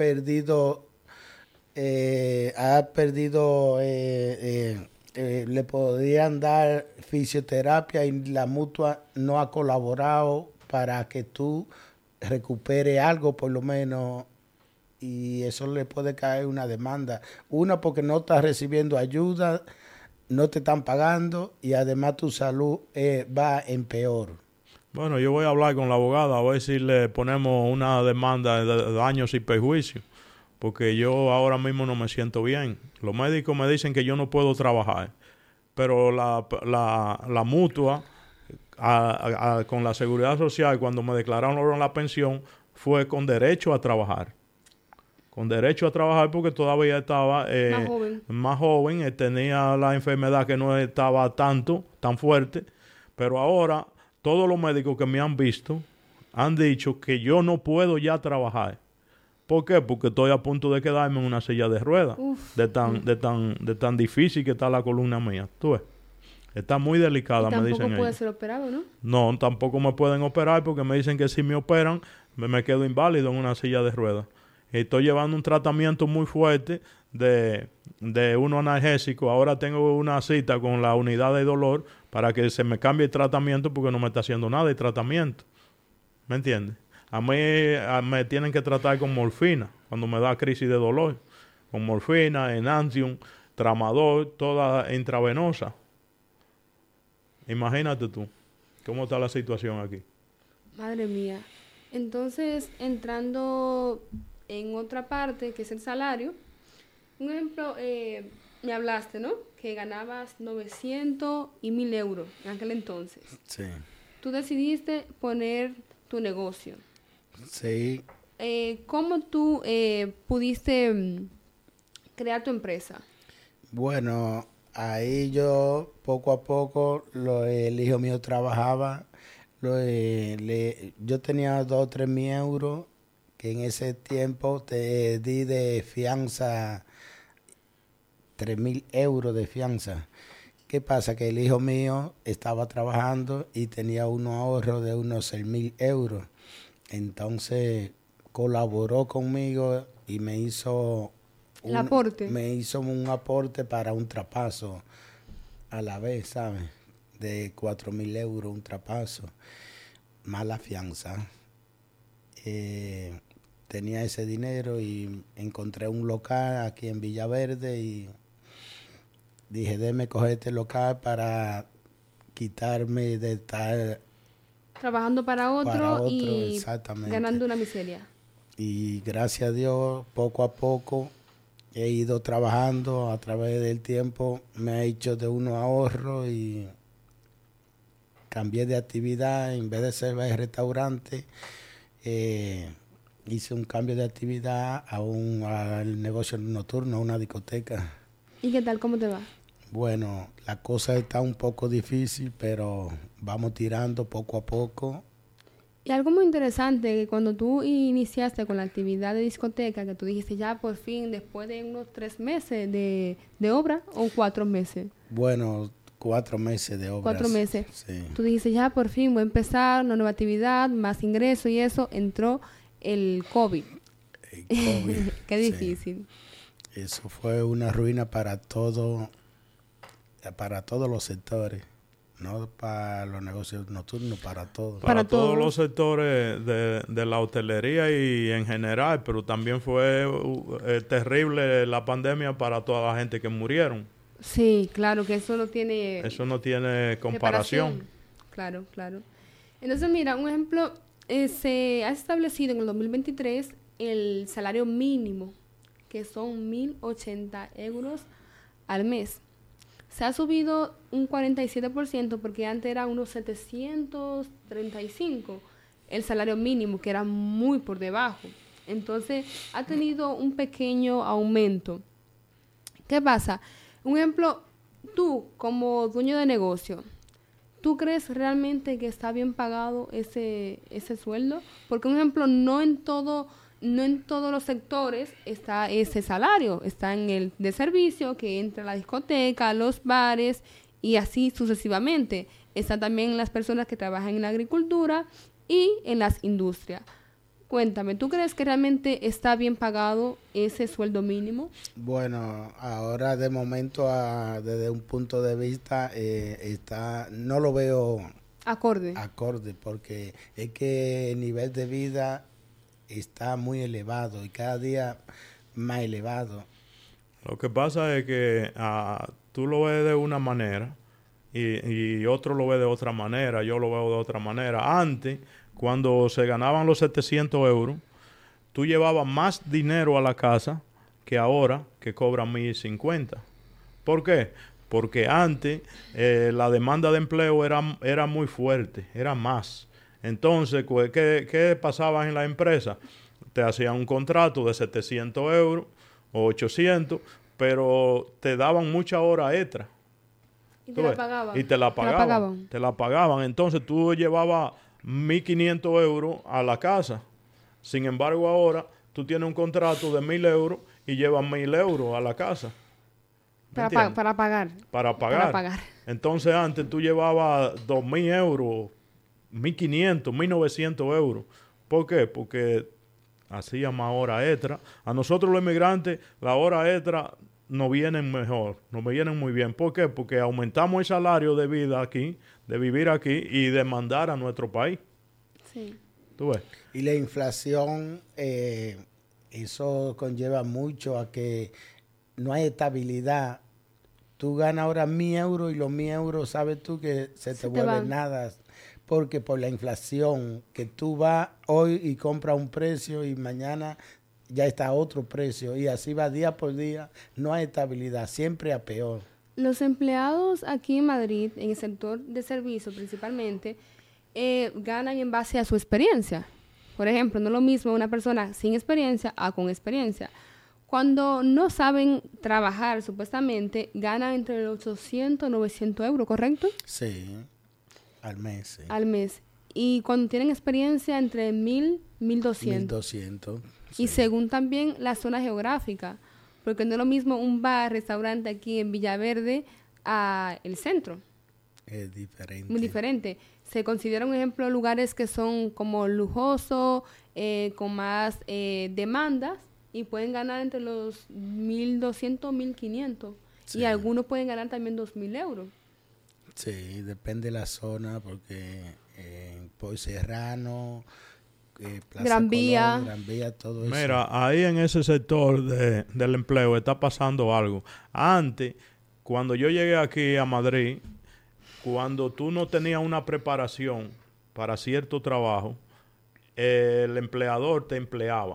podrían dar fisioterapia y la mutua no ha colaborado para que tú recuperes algo, por lo menos, y eso le puede caer una demanda. Una, porque no estás recibiendo ayuda, no te están pagando y además tu salud va en peor.
Bueno, yo voy a hablar con la abogada a ver si le ponemos una demanda de daños y perjuicios, porque yo ahora mismo no me siento bien. Los médicos me dicen que yo no puedo trabajar, pero la mutua con la Seguridad Social, cuando me declararon la pensión, fue con derecho a trabajar. Con derecho a trabajar porque todavía estaba más joven, tenía la enfermedad que no estaba tan fuerte, pero ahora todos los médicos que me han visto han dicho que yo no puedo ya trabajar. ¿Por qué? Porque estoy a punto de quedarme en una silla de ruedas, de tan difícil que está la columna mía. ¿Tú ves? Está muy delicada, me dicen ellos.
Tampoco puede ser operado, ¿no?
No, tampoco me pueden operar porque me dicen que si me operan me quedo inválido en una silla de ruedas. Estoy llevando un tratamiento muy fuerte de uno analgésico. Ahora tengo una cita con la unidad de dolor para que se me cambie el tratamiento porque no me está haciendo nada el tratamiento. ¿Me entiendes? A mí me tienen que tratar con morfina cuando me da crisis de dolor. Con morfina, enantium, tramadol, toda intravenosa. Imagínate tú cómo está la situación aquí.
Madre mía. Entonces, entrando en otra parte, que es el salario. Un ejemplo, me hablaste, ¿no? Que ganabas 900 y 1,000 euros en aquel entonces.
Sí.
Tú decidiste poner tu negocio.
Sí.
¿Cómo tú pudiste crear tu empresa?
Bueno, ahí yo poco a poco, el hijo mío trabajaba. Yo tenía 2 o 3 mil euros que en ese tiempo te di de fianza, 3,000 euros de fianza. ¿Qué pasa? Que el hijo mío estaba trabajando y tenía unos ahorros de unos 6,000 euros. Entonces colaboró conmigo y me hizo
¿El aporte?
Me hizo un aporte para un traspaso a la vez, ¿sabes? De 4,000 euros un traspaso. más la fianza. Tenía ese dinero y encontré un local aquí en Villaverde y dije, déjame coger este local para quitarme de estar
Trabajando para otro y
exactamente.
ganando una miseria.
Y gracias a Dios, poco a poco he ido trabajando a través del tiempo, me ha hecho de unos ahorros y cambié de actividad. En vez de ser restaurante, hice un cambio de actividad al negocio nocturno, a una discoteca.
¿Y qué tal? ¿Cómo te va?
Bueno, la cosa está un poco difícil, pero vamos tirando poco a poco.
Y algo muy interesante, que cuando tú iniciaste con la actividad de discoteca, que tú dijiste ya por fin, después de unos 3 meses de obra, o 4 meses.
Bueno, 4 meses de obra.
4 meses.
Sí.
Tú dijiste ya por fin voy a empezar una nueva actividad, más ingreso y eso, entró el COVID.
El COVID.
Qué difícil.
Sí. Eso fue una ruina para todos los sectores. No para los negocios nocturnos, para todos.
Para todos los sectores de la hotelería y en general, pero también fue terrible la pandemia para toda la gente que murieron.
Sí, claro, que eso no tiene...
Eso no tiene comparación.
Claro, claro. Entonces, mira, un ejemplo, se ha establecido en el 2023 el salario mínimo, que son 1.080 euros al mes. Se ha subido un 47% porque antes era unos 735 el salario mínimo, que era muy por debajo. Entonces, ha tenido un pequeño aumento. ¿Qué pasa? Un ejemplo, tú como dueño de negocio, ¿tú crees realmente que está bien pagado ese sueldo? Porque, un ejemplo, no en todos los sectores está ese salario. Está en el de servicio, que entra la discoteca, los bares y así sucesivamente. Está también las personas que trabajan en la agricultura y en las industrias. Cuéntame, ¿tú crees que realmente está bien pagado ese sueldo mínimo?
Bueno, ahora de momento, desde un punto de vista, no lo veo acorde, porque es que el nivel de vida está muy elevado y cada día más elevado.
Lo que pasa es que tú lo ves de una manera y otro lo ve de otra manera, yo lo veo de otra manera. Antes, cuando se ganaban los 700 euros, tú llevabas más dinero a la casa que ahora, que cobran 1.050. ¿Por qué? Porque antes la demanda de empleo era muy fuerte, era más. Entonces, ¿qué pasaba en la empresa? Te hacían un contrato de 700 euros o 800, pero te daban mucha hora extra.
¿Y te la pagaban?
Y te la pagaban. Entonces, tú llevabas 1.500 euros a la casa. Sin embargo, ahora tú tienes un contrato de 1.000 euros y llevas 1.000 euros a la casa.
Para pagar.
Entonces, antes tú llevabas 2.000 euros, 1.500, 1.900 euros. ¿Por qué? Porque hacíamos hora extra. A nosotros los inmigrantes, la hora extra nos vienen mejor, nos vienen muy bien. ¿Por qué? Porque aumentamos el salario de vida aquí, de vivir aquí y de mandar a nuestro país.
Sí.
¿Tú ves?
Y la inflación, eso conlleva mucho a que no hay estabilidad. Tú ganas ahora 1.000 euros y los 1.000 euros, sabes tú que se te vuelven nada. Porque por la inflación, que tú vas hoy y compras un precio y mañana ya está a otro precio. Y así va día por día. No hay estabilidad, siempre a peor.
Los empleados aquí en Madrid, en el sector de servicio principalmente, ganan en base a su experiencia. Por ejemplo, no es lo mismo una persona sin experiencia a con experiencia. Cuando no saben trabajar, supuestamente, ganan entre los 800 y 900 euros, ¿correcto?
Sí, al mes. Sí.
Al mes. Y cuando tienen experiencia, entre 1.000 y 1.200.
1.200.
Y
Sí.
según también la zona geográfica, porque no es lo mismo un bar, restaurante aquí en Villaverde a el centro.
Es diferente.
Muy diferente. Se considera, un ejemplo, lugares que son como lujosos, con más demandas, y pueden ganar entre los 1.200, 1.500.
Sí.
Y algunos pueden ganar también 2.000 euros.
Sí, depende de la zona, porque por Serrano, Plaza
Gran Vía.
Colón, Gran Vía, todo eso.
Mira, ahí en ese sector del empleo está pasando algo. Antes, cuando yo llegué aquí a Madrid, cuando tú no tenías una preparación para cierto trabajo, el empleador te empleaba.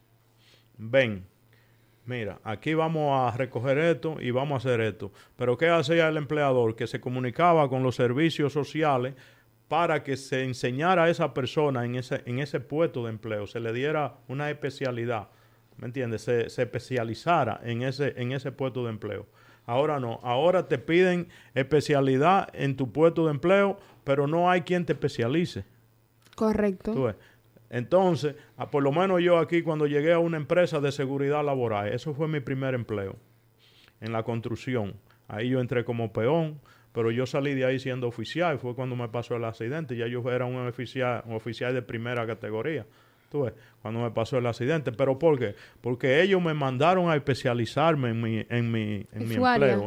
Ven, mira, aquí vamos a recoger esto y vamos a hacer esto. Pero ¿qué hacía el empleador? Que se comunicaba con los servicios sociales para que se enseñara a esa persona en ese puesto de empleo, se le diera una especialidad, ¿me entiendes? Se especializara en ese puesto de empleo. Ahora no, ahora te piden especialidad en tu puesto de empleo, pero no hay quien te especialice.
Correcto.
¿Tú ves? Entonces, por lo menos yo aquí cuando llegué a una empresa de seguridad laboral, eso fue mi primer empleo, en la construcción. Ahí yo entré como peón, pero yo salí de ahí siendo oficial, fue cuando me pasó el accidente, ya yo era un oficial de primera categoría. ¿Tú ves? Cuando me pasó el accidente. ¿Pero por qué? Porque ellos me mandaron a especializarme en mi empleo,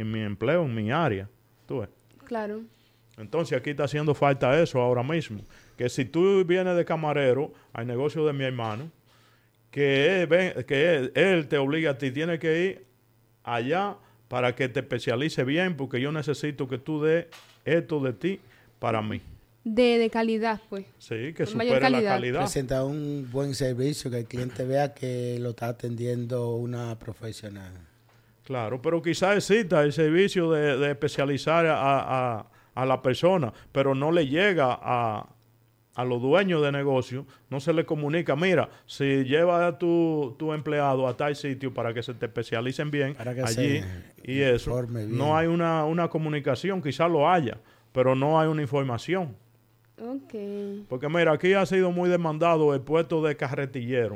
en mi área. ¿Tú ves?
Claro.
Entonces aquí está haciendo falta eso ahora mismo. Que si tú vienes de camarero al negocio de mi hermano, que él te obliga a ti, tienes que ir allá para que te especialice bien, porque yo necesito que tú des esto de ti para mí.
De calidad, pues.
Sí, que
Con mayor
supere la
calidad.
calidad.
Presenta un buen servicio, que el cliente vea que lo está atendiendo una profesional.
Claro, pero quizás exista el servicio de especializar a la persona, pero no le llega a los dueños de negocio, no se le comunica, mira, si lleva a tu empleado a tal sitio para que se te especialicen bien
Para que
allí
se
y eso,
informe bien.
no hay una comunicación, quizás lo haya, pero no hay una información.
Ok.
Porque mira, aquí ha sido muy demandado el puesto de carretillero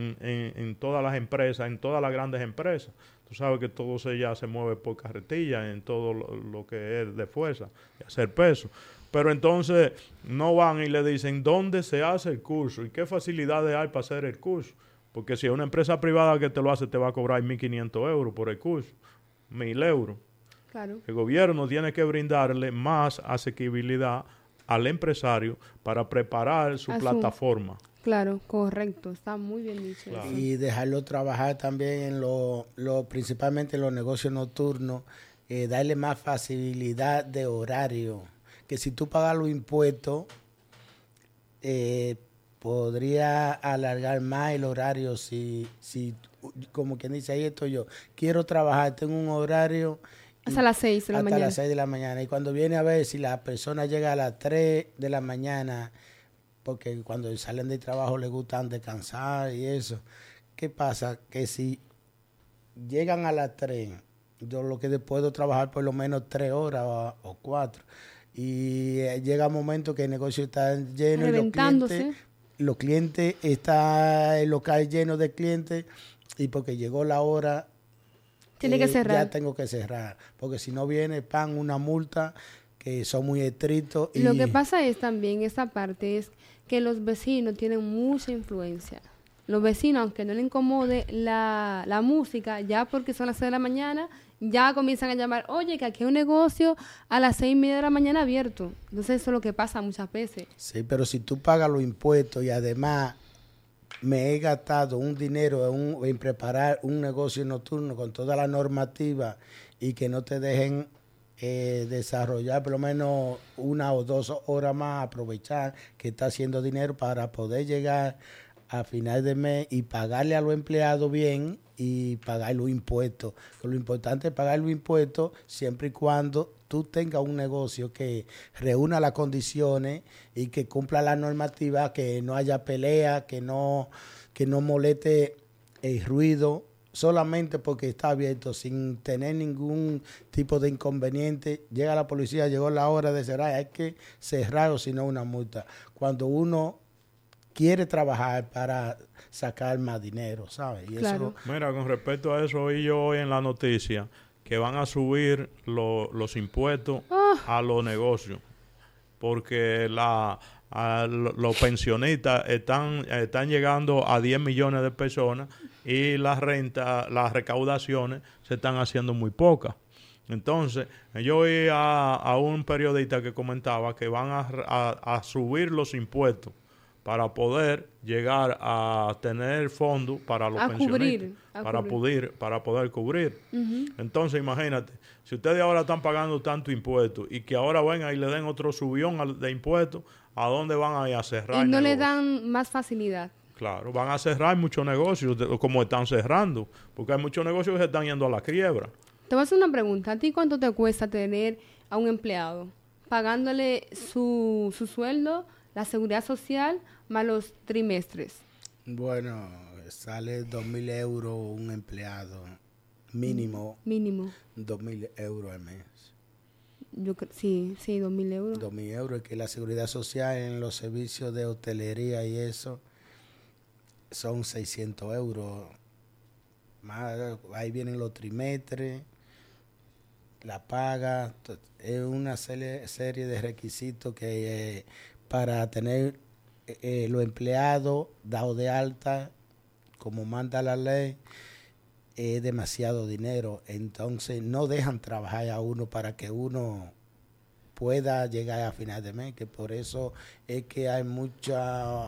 en todas las empresas, en todas las grandes empresas. Tú sabes que todo ya se mueve por carretilla en todo lo que es de fuerza, de hacer peso. Pero entonces no van y le dicen dónde se hace el curso y qué facilidades hay para hacer el curso. Porque si es una empresa privada que te lo hace, te va a cobrar 1.500 euros por el curso, 1.000 euros.
Claro.
El gobierno tiene que brindarle más asequibilidad al empresario para preparar su plataforma.
Claro, correcto. Está muy bien dicho.
Claro.
Eso.
Y dejarlo trabajar también principalmente en los negocios nocturnos, darle más facilidad de horario. Que si tú pagas los impuestos, podría alargar más el horario. Si como quien dice, ahí estoy yo, quiero trabajar, tengo un horario
Hasta las 6 de la mañana.
Hasta las 6 de la mañana. Y cuando viene a ver si la persona llega a las 3 de la mañana, porque cuando salen del trabajo les gustan descansar y eso, ¿qué pasa? Que si llegan a las 3, yo lo que puedo trabajar por lo menos 3 horas o 4. Y llega un momento que el negocio está lleno
Reventándose.
y los clientes, está el local lleno de clientes, y porque llegó la hora,
tiene que cerrar.
Ya tengo que cerrar, porque si no viene, una multa, que son muy estrictos.
Lo que pasa es también, esta parte, es que los vecinos tienen mucha influencia. Los vecinos, aunque no les incomode la música, ya porque son las 6 de la mañana, ya comienzan a llamar, oye, que aquí hay un negocio a las 6:30 de la mañana abierto. Entonces eso es lo que pasa muchas veces.
Sí, pero si tú pagas los impuestos y además me he gastado un dinero en preparar un negocio nocturno con toda la normativa y que no te dejen desarrollar por lo menos 1 o 2 horas más, aprovechar que está haciendo dinero para poder llegar a final de mes y pagarle a los empleados bien y pagar los impuestos. Pero lo importante es pagar los impuestos siempre y cuando tú tengas un negocio que reúna las condiciones y que cumpla la normativa, que no haya pelea, que no moleste el ruido, solamente porque está abierto, sin tener ningún tipo de inconveniente. Llega la policía, llegó la hora de cerrar, hay que cerrar o si no una multa. Cuando uno quiere trabajar para sacar más dinero, ¿sabes? Y
claro.
eso,
mira, con respecto a eso, oí yo hoy en la noticia que van a subir los impuestos a los negocios, porque los pensionistas están llegando a 10 millones de personas y las rentas, las recaudaciones se están haciendo muy pocas. Entonces, yo oí a un periodista que comentaba que van a subir los impuestos para poder llegar a tener fondos para los pensionistas, para poder cubrir. Entonces, imagínate, si ustedes ahora están pagando tanto impuestos y que ahora vengan y le den otro subión de impuestos, ¿a dónde van a ir a cerrar?
Y no le dan más facilidad.
Claro, van a cerrar muchos negocios, como están cerrando, porque hay muchos negocios que se están yendo a la quiebra.
Te voy a hacer una pregunta. ¿A ti cuánto te cuesta tener a un empleado? Pagándole su sueldo, la seguridad social, más los trimestres.
Bueno, sale 2.000 euros un empleado. Mínimo. 2.000 euros al mes.
Sí, 2.000 euros.
2.000 euros, que la seguridad social en los servicios de hotelería y eso son 600 euros. Más, ahí vienen los trimestres, la paga. Es una serie de requisitos que para tener los empleados dados de alta, como manda la ley, es demasiado dinero. Entonces no dejan trabajar a uno para que uno pueda llegar a final de mes, que por eso es que hay mucho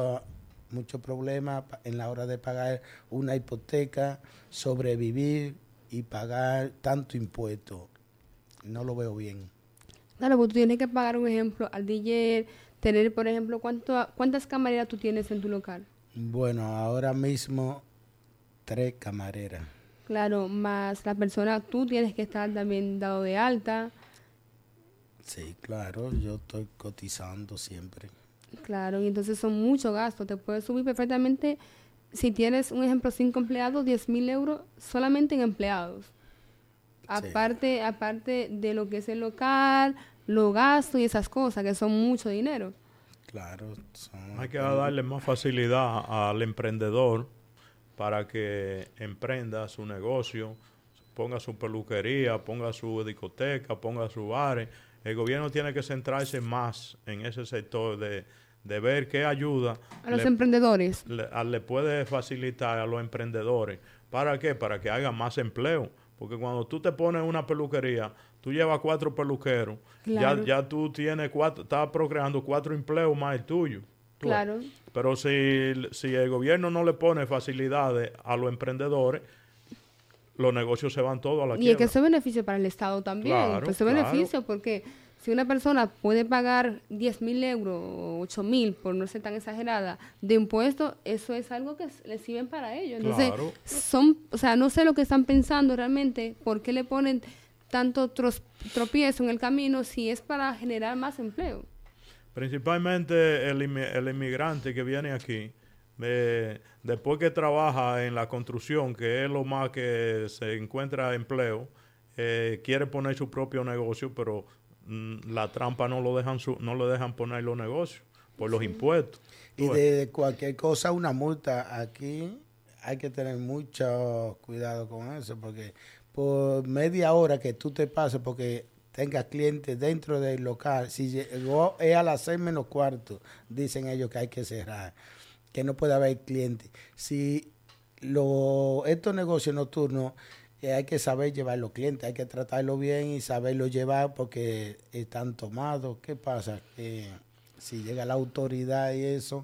problema en la hora de pagar una hipoteca, sobrevivir y pagar tanto impuesto. No lo veo bien.
Claro, pues tú tienes que pagar, un ejemplo, al DJ, tener, por ejemplo, ¿cuántas camareras tú tienes en tu local?
Bueno, ahora mismo 3 camareras.
Claro, más la persona, tú tienes que estar también dado de alta.
Sí, claro, yo estoy cotizando siempre.
Claro, y entonces son muchos gastos. Te puedes subir perfectamente, si tienes, un ejemplo, 5 empleados, 10.000 euros solamente en empleados. Sí. Aparte de lo que es el local, los gastos y esas cosas, que son mucho dinero.
Claro.
Hay que darle más facilidad al emprendedor para que emprenda su negocio, ponga su peluquería, ponga su discoteca, ponga su bares. El gobierno tiene que centrarse más en ese sector de ver qué ayuda
a los emprendedores.
Le puede facilitar a los emprendedores. ¿Para qué? Para que hagan más empleo. Porque cuando tú te pones una peluquería, tú llevas 4 peluqueros, claro. ya tú tienes estás procreando 4 empleos más el tuyo.
Claro.
Pero si el gobierno no le pone facilidades a los emprendedores, los negocios se van todos a la quiebra.
Y es que eso es beneficio para el Estado también.
Claro,
pues es beneficio porque si una persona puede pagar 10.000 euros o 8.000, por no ser tan exagerada, de impuestos, eso es algo que le sirven para ellos. Entonces,
claro.
No sé lo que están pensando realmente, por qué le ponen tanto tropiezo en el camino si es para generar más empleo.
Principalmente el inmigrante que viene aquí, después que trabaja en la construcción, que es lo más que se encuentra empleo, quiere poner su propio negocio, pero la trampa no lo dejan poner los negocios por los impuestos.
Y de cualquier cosa una multa. Aquí hay que tener mucho cuidado con eso, porque por media hora que tú te pases, porque tengas clientes dentro del local, si llegó es a las 6:15, dicen ellos que hay que cerrar, que no puede haber clientes. Si estos negocios nocturnos, hay que saber llevar los clientes, hay que tratarlo bien y saberlo llevar porque están tomados. ¿Qué pasa? Que si llega la autoridad y eso,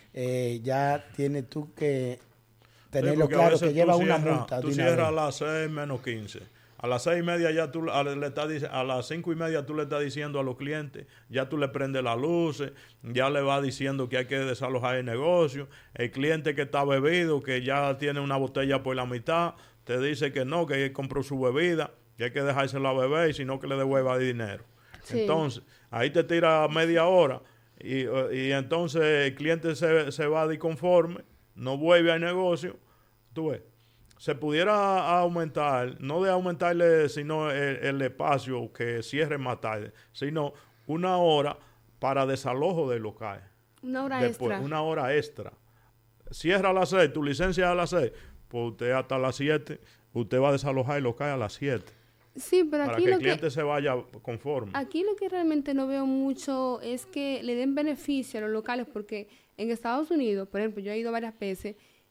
ya tienes tú que tenerlo claro, que lleva una multa.
Tú cierras a las 6:15. A las 6:30 ya tú le estás diciendo, a las 5:30 tú le estás diciendo a los clientes, ya tú le prendes las luces, ya le vas diciendo que hay que desalojar el negocio. El cliente que está bebido, que ya tiene una botella por la mitad, te dice que no, que él compró su bebida, que hay que dejársela beber y si no que le devuelva el dinero. Sí. Entonces, ahí te tira media hora y entonces el cliente se va disconforme, no vuelve al negocio. Tú ves, se pudiera aumentar, no de aumentarle sino el espacio que cierre más tarde, sino 1 hora para desalojo del local.
1 hora extra.
1 hora extra. Cierra a las 6, tu licencia es a las 6. Pues usted hasta las 7, usted va a desalojar el local a las 7.
Sí, pero
para
aquí
que el cliente se vaya conforme.
Aquí lo que realmente no veo mucho es que le den beneficio a los locales, porque en Estados Unidos, por ejemplo, yo he ido varias veces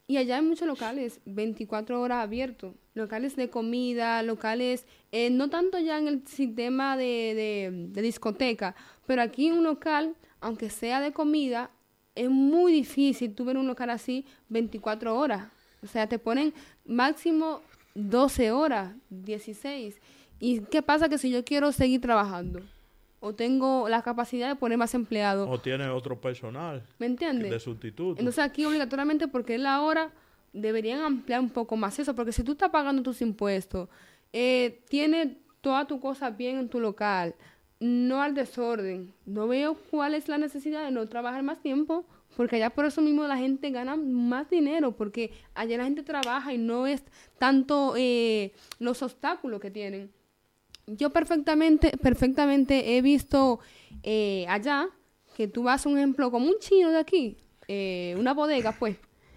Y allá hay muchos locales, 24 horas abiertos, locales de comida, locales, no tanto ya en el sistema de discoteca, pero aquí un local, aunque sea de comida, es muy difícil tú ver un local así 24 horas. O sea, te ponen máximo 12 horas, 16. ¿Y qué pasa? Que si yo quiero seguir trabajando o tengo la capacidad de poner más empleados.
O tiene otro personal.
¿Me entiendes?
De sustituto.
Entonces aquí obligatoriamente, porque es la hora, deberían ampliar un poco más eso, porque si tú estás pagando tus impuestos, tienes todas tus cosas bien en tu local, no al desorden, no veo cuál es la necesidad de no trabajar más tiempo, porque allá por eso mismo la gente gana más dinero, porque allá la gente trabaja y no es tanto los obstáculos que tienen. Yo perfectamente he visto allá que tú vas, un ejemplo, como un chino de aquí, una bodega, pues.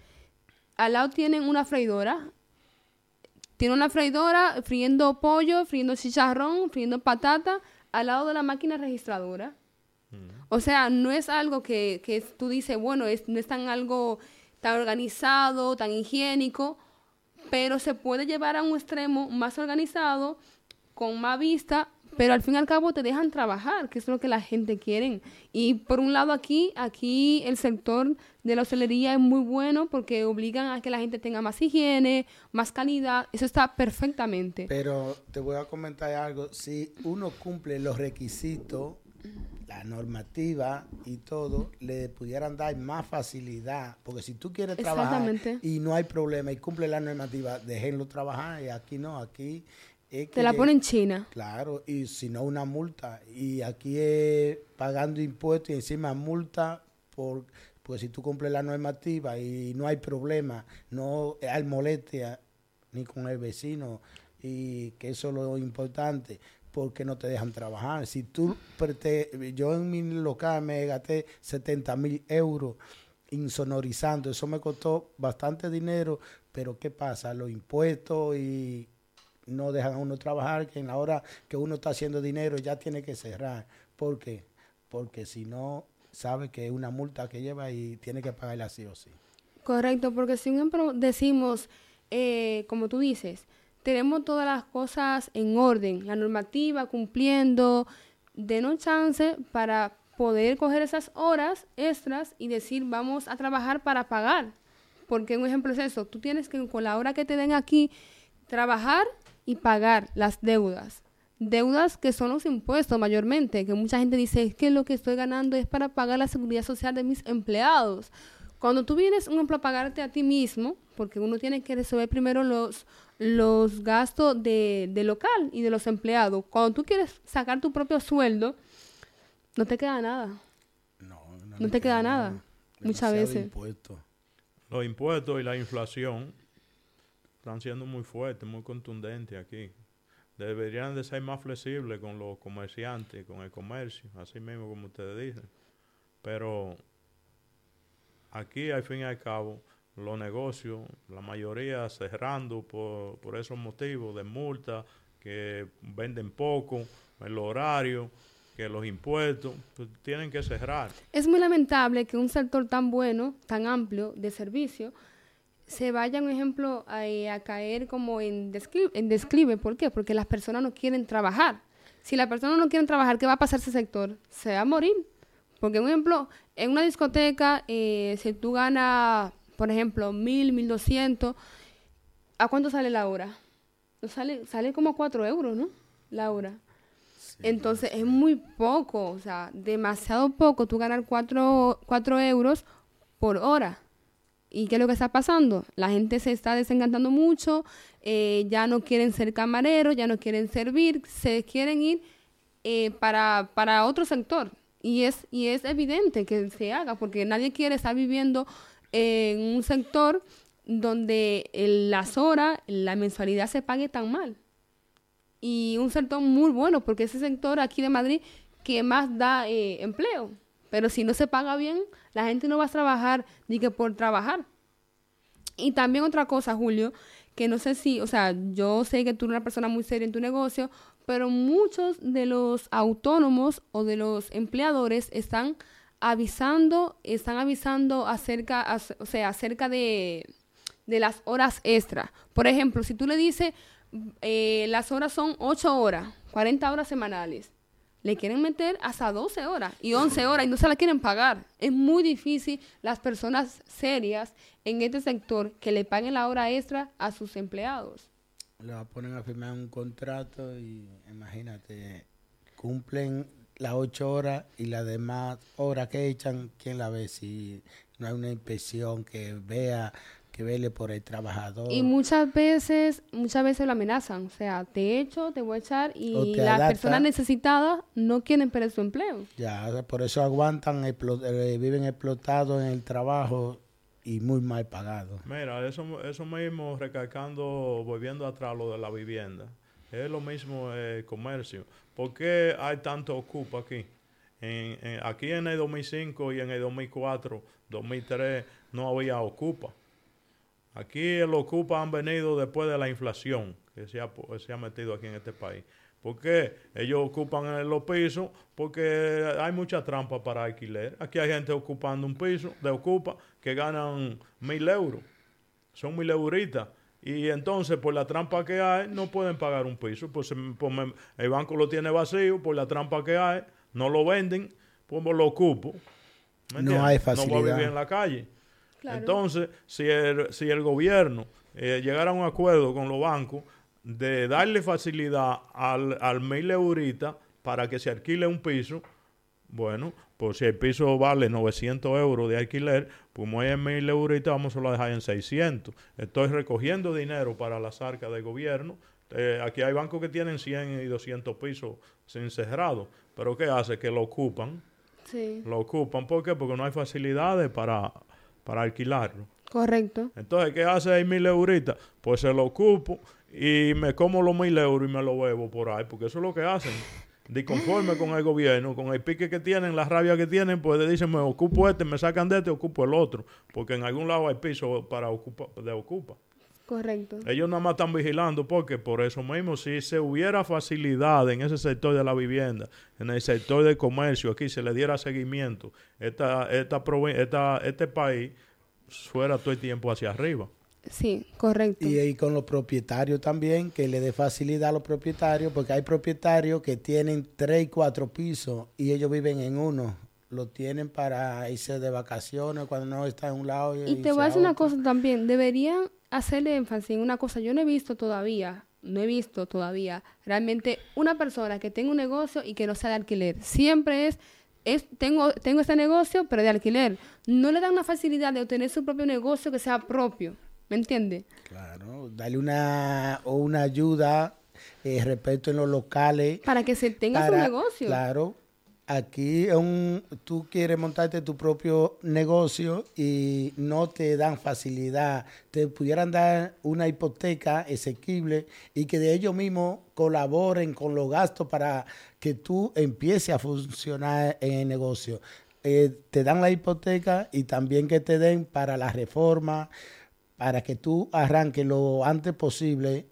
Al lado tienen una freidora. Tiene una freidora friendo pollo, friendo chicharrón, friendo patata, al lado de la máquina registradora. O sea, no es algo que tú dices, bueno, no es algo tan organizado, tan higiénico, pero se puede llevar a un extremo más organizado, con más vista, pero al fin y al cabo te dejan trabajar, que es lo que la gente quiere. Y por un lado aquí el sector de la hostelería es muy bueno porque obligan a que la gente tenga más higiene, más calidad, eso está perfectamente.
Pero te voy a comentar algo, si uno cumple los requisitos, la normativa y todo, le pudieran dar más facilidad, porque si tú quieres trabajar y no hay problema y cumple la normativa, déjenlo trabajar, y aquí no, aquí es que
te la ponen en China.
Claro, y si no una multa, y aquí es pagando impuestos y encima multa, pues si tú cumples la normativa y no hay problema, no hay molestia ni con el vecino, y que eso es lo importante, porque no te dejan trabajar. Si tú, yo en mi local me gasté 70,000 euros insonorizando, eso me costó bastante dinero, pero ¿qué pasa? Los impuestos y no dejan a uno trabajar, que en la hora que uno está haciendo dinero ya tiene que cerrar. ¿Por qué? Porque si no, sabe que es una multa que lleva y tiene que pagarla sí o sí.
Correcto, porque si siempre decimos, como tú dices, tenemos todas las cosas en orden, la normativa cumpliendo, denos chance para poder coger esas horas extras y decir, vamos a trabajar para pagar. Porque un ejemplo es eso, tú tienes que con la hora que te den aquí, trabajar y pagar las deudas. Deudas que son los impuestos mayormente, que mucha gente dice, es que lo que estoy ganando es para pagar la seguridad social de mis empleados. Cuando tú vienes, un ejemplo, a pagarte a ti mismo, porque uno tiene que resolver primero los gastos de local y de los empleados. Cuando tú quieres sacar tu propio sueldo, no te queda nada. No te queda nada. Muchas veces.
Los impuestos y la inflación están siendo muy fuertes, muy contundentes aquí. Deberían de ser más flexibles con los comerciantes, con el comercio, así mismo como ustedes dicen. Pero aquí, al fin y al cabo, los negocios, la mayoría cerrando por esos motivos de multa, que venden poco, el horario, que los impuestos, pues tienen que cerrar.
Es muy lamentable que un sector tan bueno, tan amplio de servicio, se vaya, un ejemplo, a caer como en desclive. ¿Por qué? Porque las personas no quieren trabajar. Si las personas no quieren trabajar, ¿qué va a pasar ese sector? Se va a morir. Porque, un ejemplo, en una discoteca, si tú ganas, por ejemplo, 1,000, 1,200, ¿a cuánto sale la hora? Sale como 4 euros, ¿no? La hora. Sí, entonces, es muy poco, o sea, demasiado poco tú ganar 4 euros por hora. ¿Y qué es lo que está pasando? La gente se está desencantando mucho, ya no quieren ser camareros, ya no quieren servir, se quieren ir para otro sector. Y es evidente que se haga, porque nadie quiere estar viviendo en un sector donde las horas, la mensualidad se pague tan mal. Y un sector muy bueno, porque ese sector aquí de Madrid que más da empleo. Pero si no se paga bien, la gente no va a trabajar ni que por trabajar. Y también otra cosa, Julio, que no sé si, o sea, yo sé que tú eres una persona muy seria en tu negocio, pero muchos de los autónomos o de los empleadores están avisando acerca de de las horas extra. Por ejemplo, si tú le dices, las horas son 8 horas, 40 horas semanales, le quieren meter hasta 12 horas y 11 horas y no se la quieren pagar. Es muy difícil las personas serias en este sector que le paguen la hora extra a sus empleados.
Le ponen a firmar un contrato y imagínate, cumplen las 8 horas y las demás horas que echan, ¿quién la ve? Si no hay una inspección que vea, que vele por el trabajador.
Y muchas veces lo amenazan, o sea, te echo, te voy a echar y las personas necesitadas no quieren perder su empleo.
Ya, por eso aguantan, viven explotados en el trabajo y muy mal pagados.
Mira, eso mismo, recalcando, volviendo atrás lo de la vivienda, es lo mismo el comercio. ¿Por qué hay tanto ocupa aquí? Aquí en el 2005 y en el 2004, 2003 no había ocupa. Aquí el ocupa han venido después de la inflación que se ha metido aquí en este país. ¿Por qué? Ellos ocupan en los pisos porque hay mucha trampa para alquiler. Aquí hay gente ocupando un piso de ocupa que ganan 1,000 euros. Son 1,000 euritas. Y entonces, por la trampa que hay, no pueden pagar un piso. Pues el banco lo tiene vacío, por la trampa que hay, no lo venden, pues lo ocupo.
No hay facilidad.
No va a vivir en la calle.
Claro.
Entonces, si el gobierno llegara a un acuerdo con los bancos de darle facilidad al 1,000 euritas para que se alquile un piso, bueno, pues si el piso vale 900 euros de alquiler, pues muy en 1,000 euritas vamos a lo dejar en 600. Estoy recogiendo dinero para las arcas del gobierno. Aquí hay bancos que tienen 100 y 200 pisos sin cerrado, pero ¿qué hace? Que lo ocupan.
Sí.
Lo ocupan, ¿por qué? Porque no hay facilidades para alquilarlo.
Correcto.
Entonces, ¿qué hace ahí 1,000 euritas? Pues se lo ocupo y me como los 1,000 euros y me lo bebo por ahí, porque eso es lo que hacen. Disconforme con el gobierno, con el pique que tienen, la rabia que tienen, pues dicen, me ocupo me sacan de ocupo el otro, porque en algún lado hay piso para de ocupa.
Correcto.
Ellos nada más están vigilando porque por eso mismo, si se hubiera facilidad en ese sector de la vivienda, en el sector del comercio, aquí se le diera seguimiento, este país fuera todo el tiempo hacia arriba.
Sí, correcto.
Y con los propietarios también, que le dé facilidad a los propietarios, porque hay propietarios que tienen 3 y 4 pisos y ellos viven en uno. Lo tienen para irse de vacaciones cuando no está en un lado.
Y te voy a decir una cosa también, deberían hacerle énfasis en una cosa. Yo no he visto todavía realmente una persona que tenga un negocio y que no sea de alquiler. Siempre tengo este negocio, pero de alquiler. No le dan una facilidad de obtener su propio negocio que sea propio. ¿Me entiendes?
Claro, darle una ayuda respecto en los locales.
Para que se tenga su negocio.
Claro. Aquí tú quieres montarte tu propio negocio y no te dan facilidad. Te pudieran dar una hipoteca asequible y que de ellos mismos colaboren con los gastos para que tú empieces a funcionar en el negocio. Te dan la hipoteca y también que te den para la reforma, para que tú arranques lo antes posible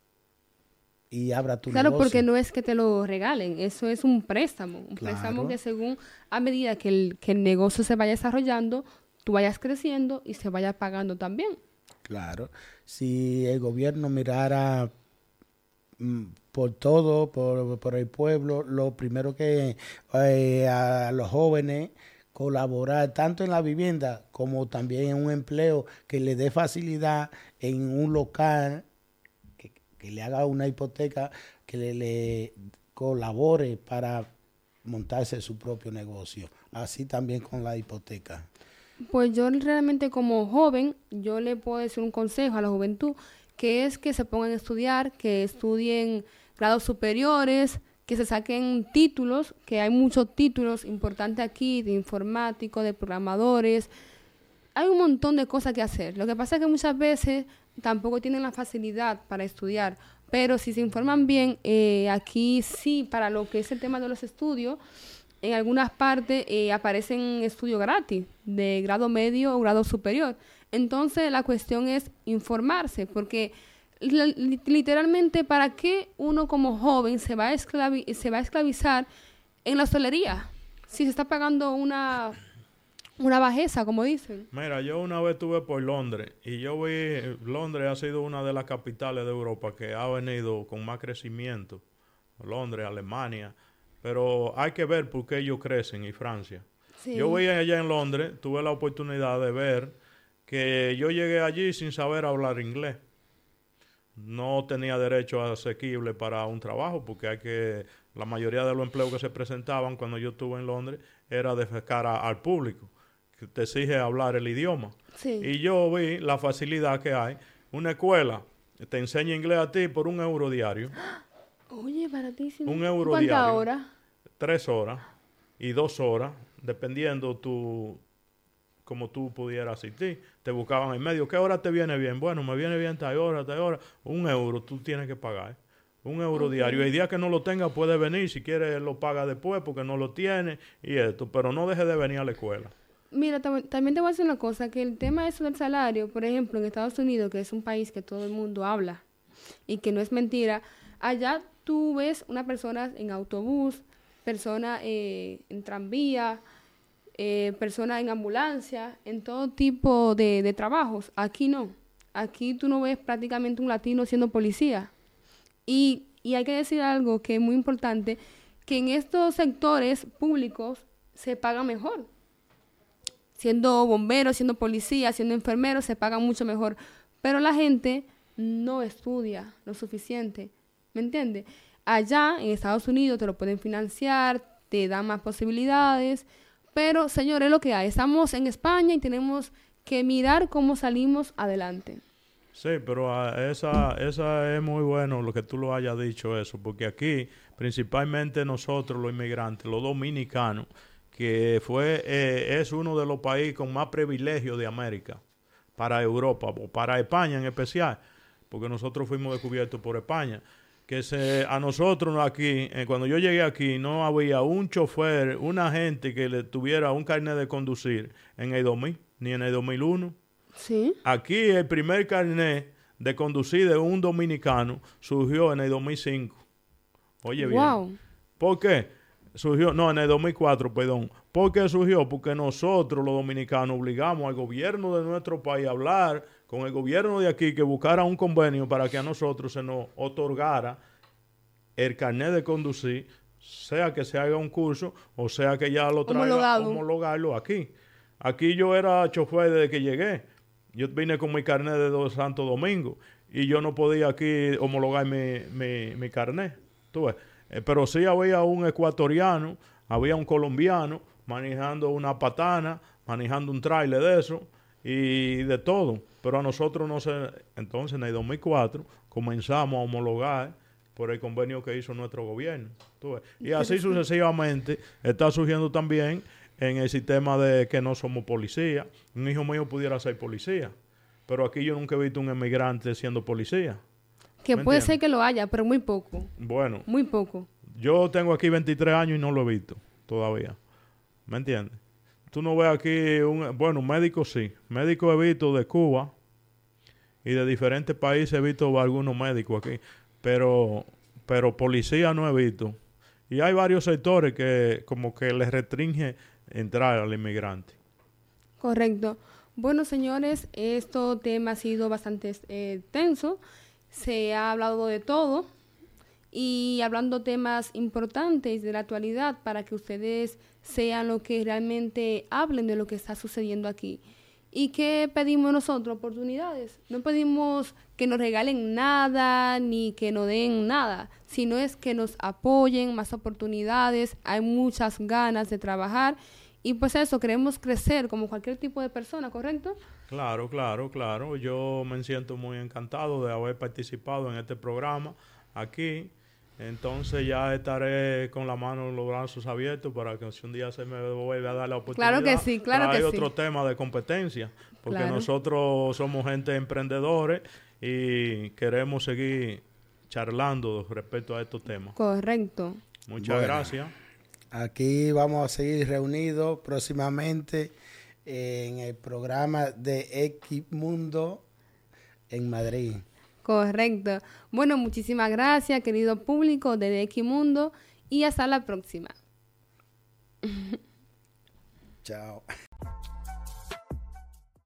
y abra tu negocio.
Claro, porque no es que te lo regalen, eso es un préstamo. Préstamo que según, a medida que el negocio se vaya desarrollando, tú vayas creciendo y se vaya pagando también.
Claro. Si el gobierno mirara por todo, por el pueblo, lo primero que a los jóvenes colaborar tanto en la vivienda como también en un empleo que le dé facilidad en un local, que le haga una hipoteca, que le colabore para montarse su propio negocio. Así también con la hipoteca.
Pues yo realmente como joven, yo le puedo decir un consejo a la juventud, que es que se pongan a estudiar, que estudien grados superiores, que se saquen títulos, que hay muchos títulos importantes aquí, de informáticos, de programadores. Hay un montón de cosas que hacer. Lo que pasa es que muchas veces tampoco tienen la facilidad para estudiar, pero si se informan bien, aquí sí, para lo que es el tema de los estudios, en algunas partes aparecen estudios gratis, de grado medio o grado superior. Entonces la cuestión es informarse, porque literalmente, ¿para qué uno como joven se va a esclavizar en la hostelería? Si se está pagando una una bajeza, como dicen.
Mira, yo una vez estuve por Londres y yo vi, Londres ha sido una de las capitales de Europa que ha venido con más crecimiento. Londres, Alemania, pero hay que ver por qué ellos crecen y Francia.
Sí.
Yo vi allá en Londres, tuve la oportunidad de ver que yo llegué allí sin saber hablar inglés. No tenía derecho asequible para un trabajo porque la mayoría de los empleos que se presentaban cuando yo estuve en Londres era de cara al público, que te exige hablar el idioma.
Sí.
Y yo vi la facilidad que hay. Una escuela te enseña inglés a ti por €1 diario.
Oye, baratísimo.
€1
¿Cuántas
diario.
horas?
3 horas y 2 horas, dependiendo como tú pudieras asistir. Te buscaban en medio. ¿Qué hora te viene bien? Bueno, me viene bien tal hora, tal hora. €1 tú tienes que pagar. €1 diario. El día que no lo tengas puedes venir. Si quieres lo pagas después porque no lo tienes y esto. Pero no dejes de venir a la escuela.
Mira, también te voy a decir una cosa, que el tema eso del salario, por ejemplo, en Estados Unidos, que es un país que todo el mundo habla y que no es mentira, allá tú ves una persona en autobús, persona en tranvía, persona en ambulancia, en todo tipo de trabajos. Aquí no. Aquí tú no ves prácticamente un latino siendo policía. Y hay que decir algo que es muy importante, que en estos sectores públicos se paga mejor. Siendo bombero, siendo policía, siendo enfermero, se paga mucho mejor. Pero la gente no estudia lo suficiente. ¿Me entiendes? Allá en Estados Unidos te lo pueden financiar, te dan más posibilidades. Pero, señores, es lo que hay. Estamos en España y tenemos que mirar cómo salimos adelante.
Sí, pero esa es muy bueno lo que tú lo hayas dicho eso, porque aquí, principalmente nosotros los inmigrantes, los dominicanos, que es uno de los países con más privilegios de América para Europa, o para España en especial, porque nosotros fuimos descubiertos por España, a nosotros aquí, cuando yo llegué aquí, no había un chofer, una gente que le tuviera un carnet de conducir en el 2000, ni en el 2001.
Sí.
Aquí el primer carnet de conducir de un dominicano surgió en el 2005. Oye,
wow.
bien. ¿Por qué? En el 2004, perdón. ¿Por qué surgió? Porque nosotros los dominicanos obligamos al gobierno de nuestro país a hablar con el gobierno de aquí que buscara un convenio para que a nosotros se nos otorgara el carnet de conducir, sea que se haga un curso o sea que ya lo traiga homologarlo aquí. Aquí yo era chofer desde que llegué. Yo vine con mi carnet de Santo Domingo y yo no podía aquí homologar mi carnet. ¿Tú ves? Pero sí había un ecuatoriano, había un colombiano manejando una patana, manejando un tráiler de eso y de todo. Pero a nosotros no se... Entonces, en el 2004 comenzamos a homologar por el convenio que hizo nuestro gobierno. ¿Tú ves? Y así sucesivamente está surgiendo también en el sistema de que no somos policía. Un hijo mío pudiera ser policía, pero aquí yo nunca he visto un emigrante siendo policía.
Que puede ser que lo haya, pero muy poco.
Bueno.
Muy poco.
Yo tengo aquí 23 años y no lo he visto todavía. ¿Me entiendes? Tú no ves aquí un médico sí. Médico he visto de Cuba y de diferentes países he visto algunos médicos aquí. Pero policía no he visto. Y hay varios sectores que como que les restringe entrar al inmigrante.
Correcto. Bueno, señores, este tema ha sido bastante tenso. Se ha hablado de todo y hablando temas importantes de la actualidad para que ustedes sean lo que realmente hablen de lo que está sucediendo aquí. ¿Y qué pedimos nosotros? Oportunidades. No pedimos que nos regalen nada ni que nos den nada, sino es que nos apoyen, más oportunidades. Hay muchas ganas de trabajar y pues eso, queremos crecer como cualquier tipo de persona, ¿correcto?
Claro. Yo me siento muy encantado de haber participado en este programa aquí. Entonces ya estaré con la mano en los brazos abiertos para que si un día se me vuelva a dar la oportunidad.
Claro que sí, claro que sí.
Hay otro tema de competencia, porque nosotros somos gente emprendedores y queremos seguir charlando respecto a estos temas.
Correcto.
Muchas gracias.
Aquí vamos a seguir reunidos próximamente en el programa de Equimundo en Madrid.
Correcto. Bueno, muchísimas gracias, querido público de Equimundo, y hasta la próxima.
Chao.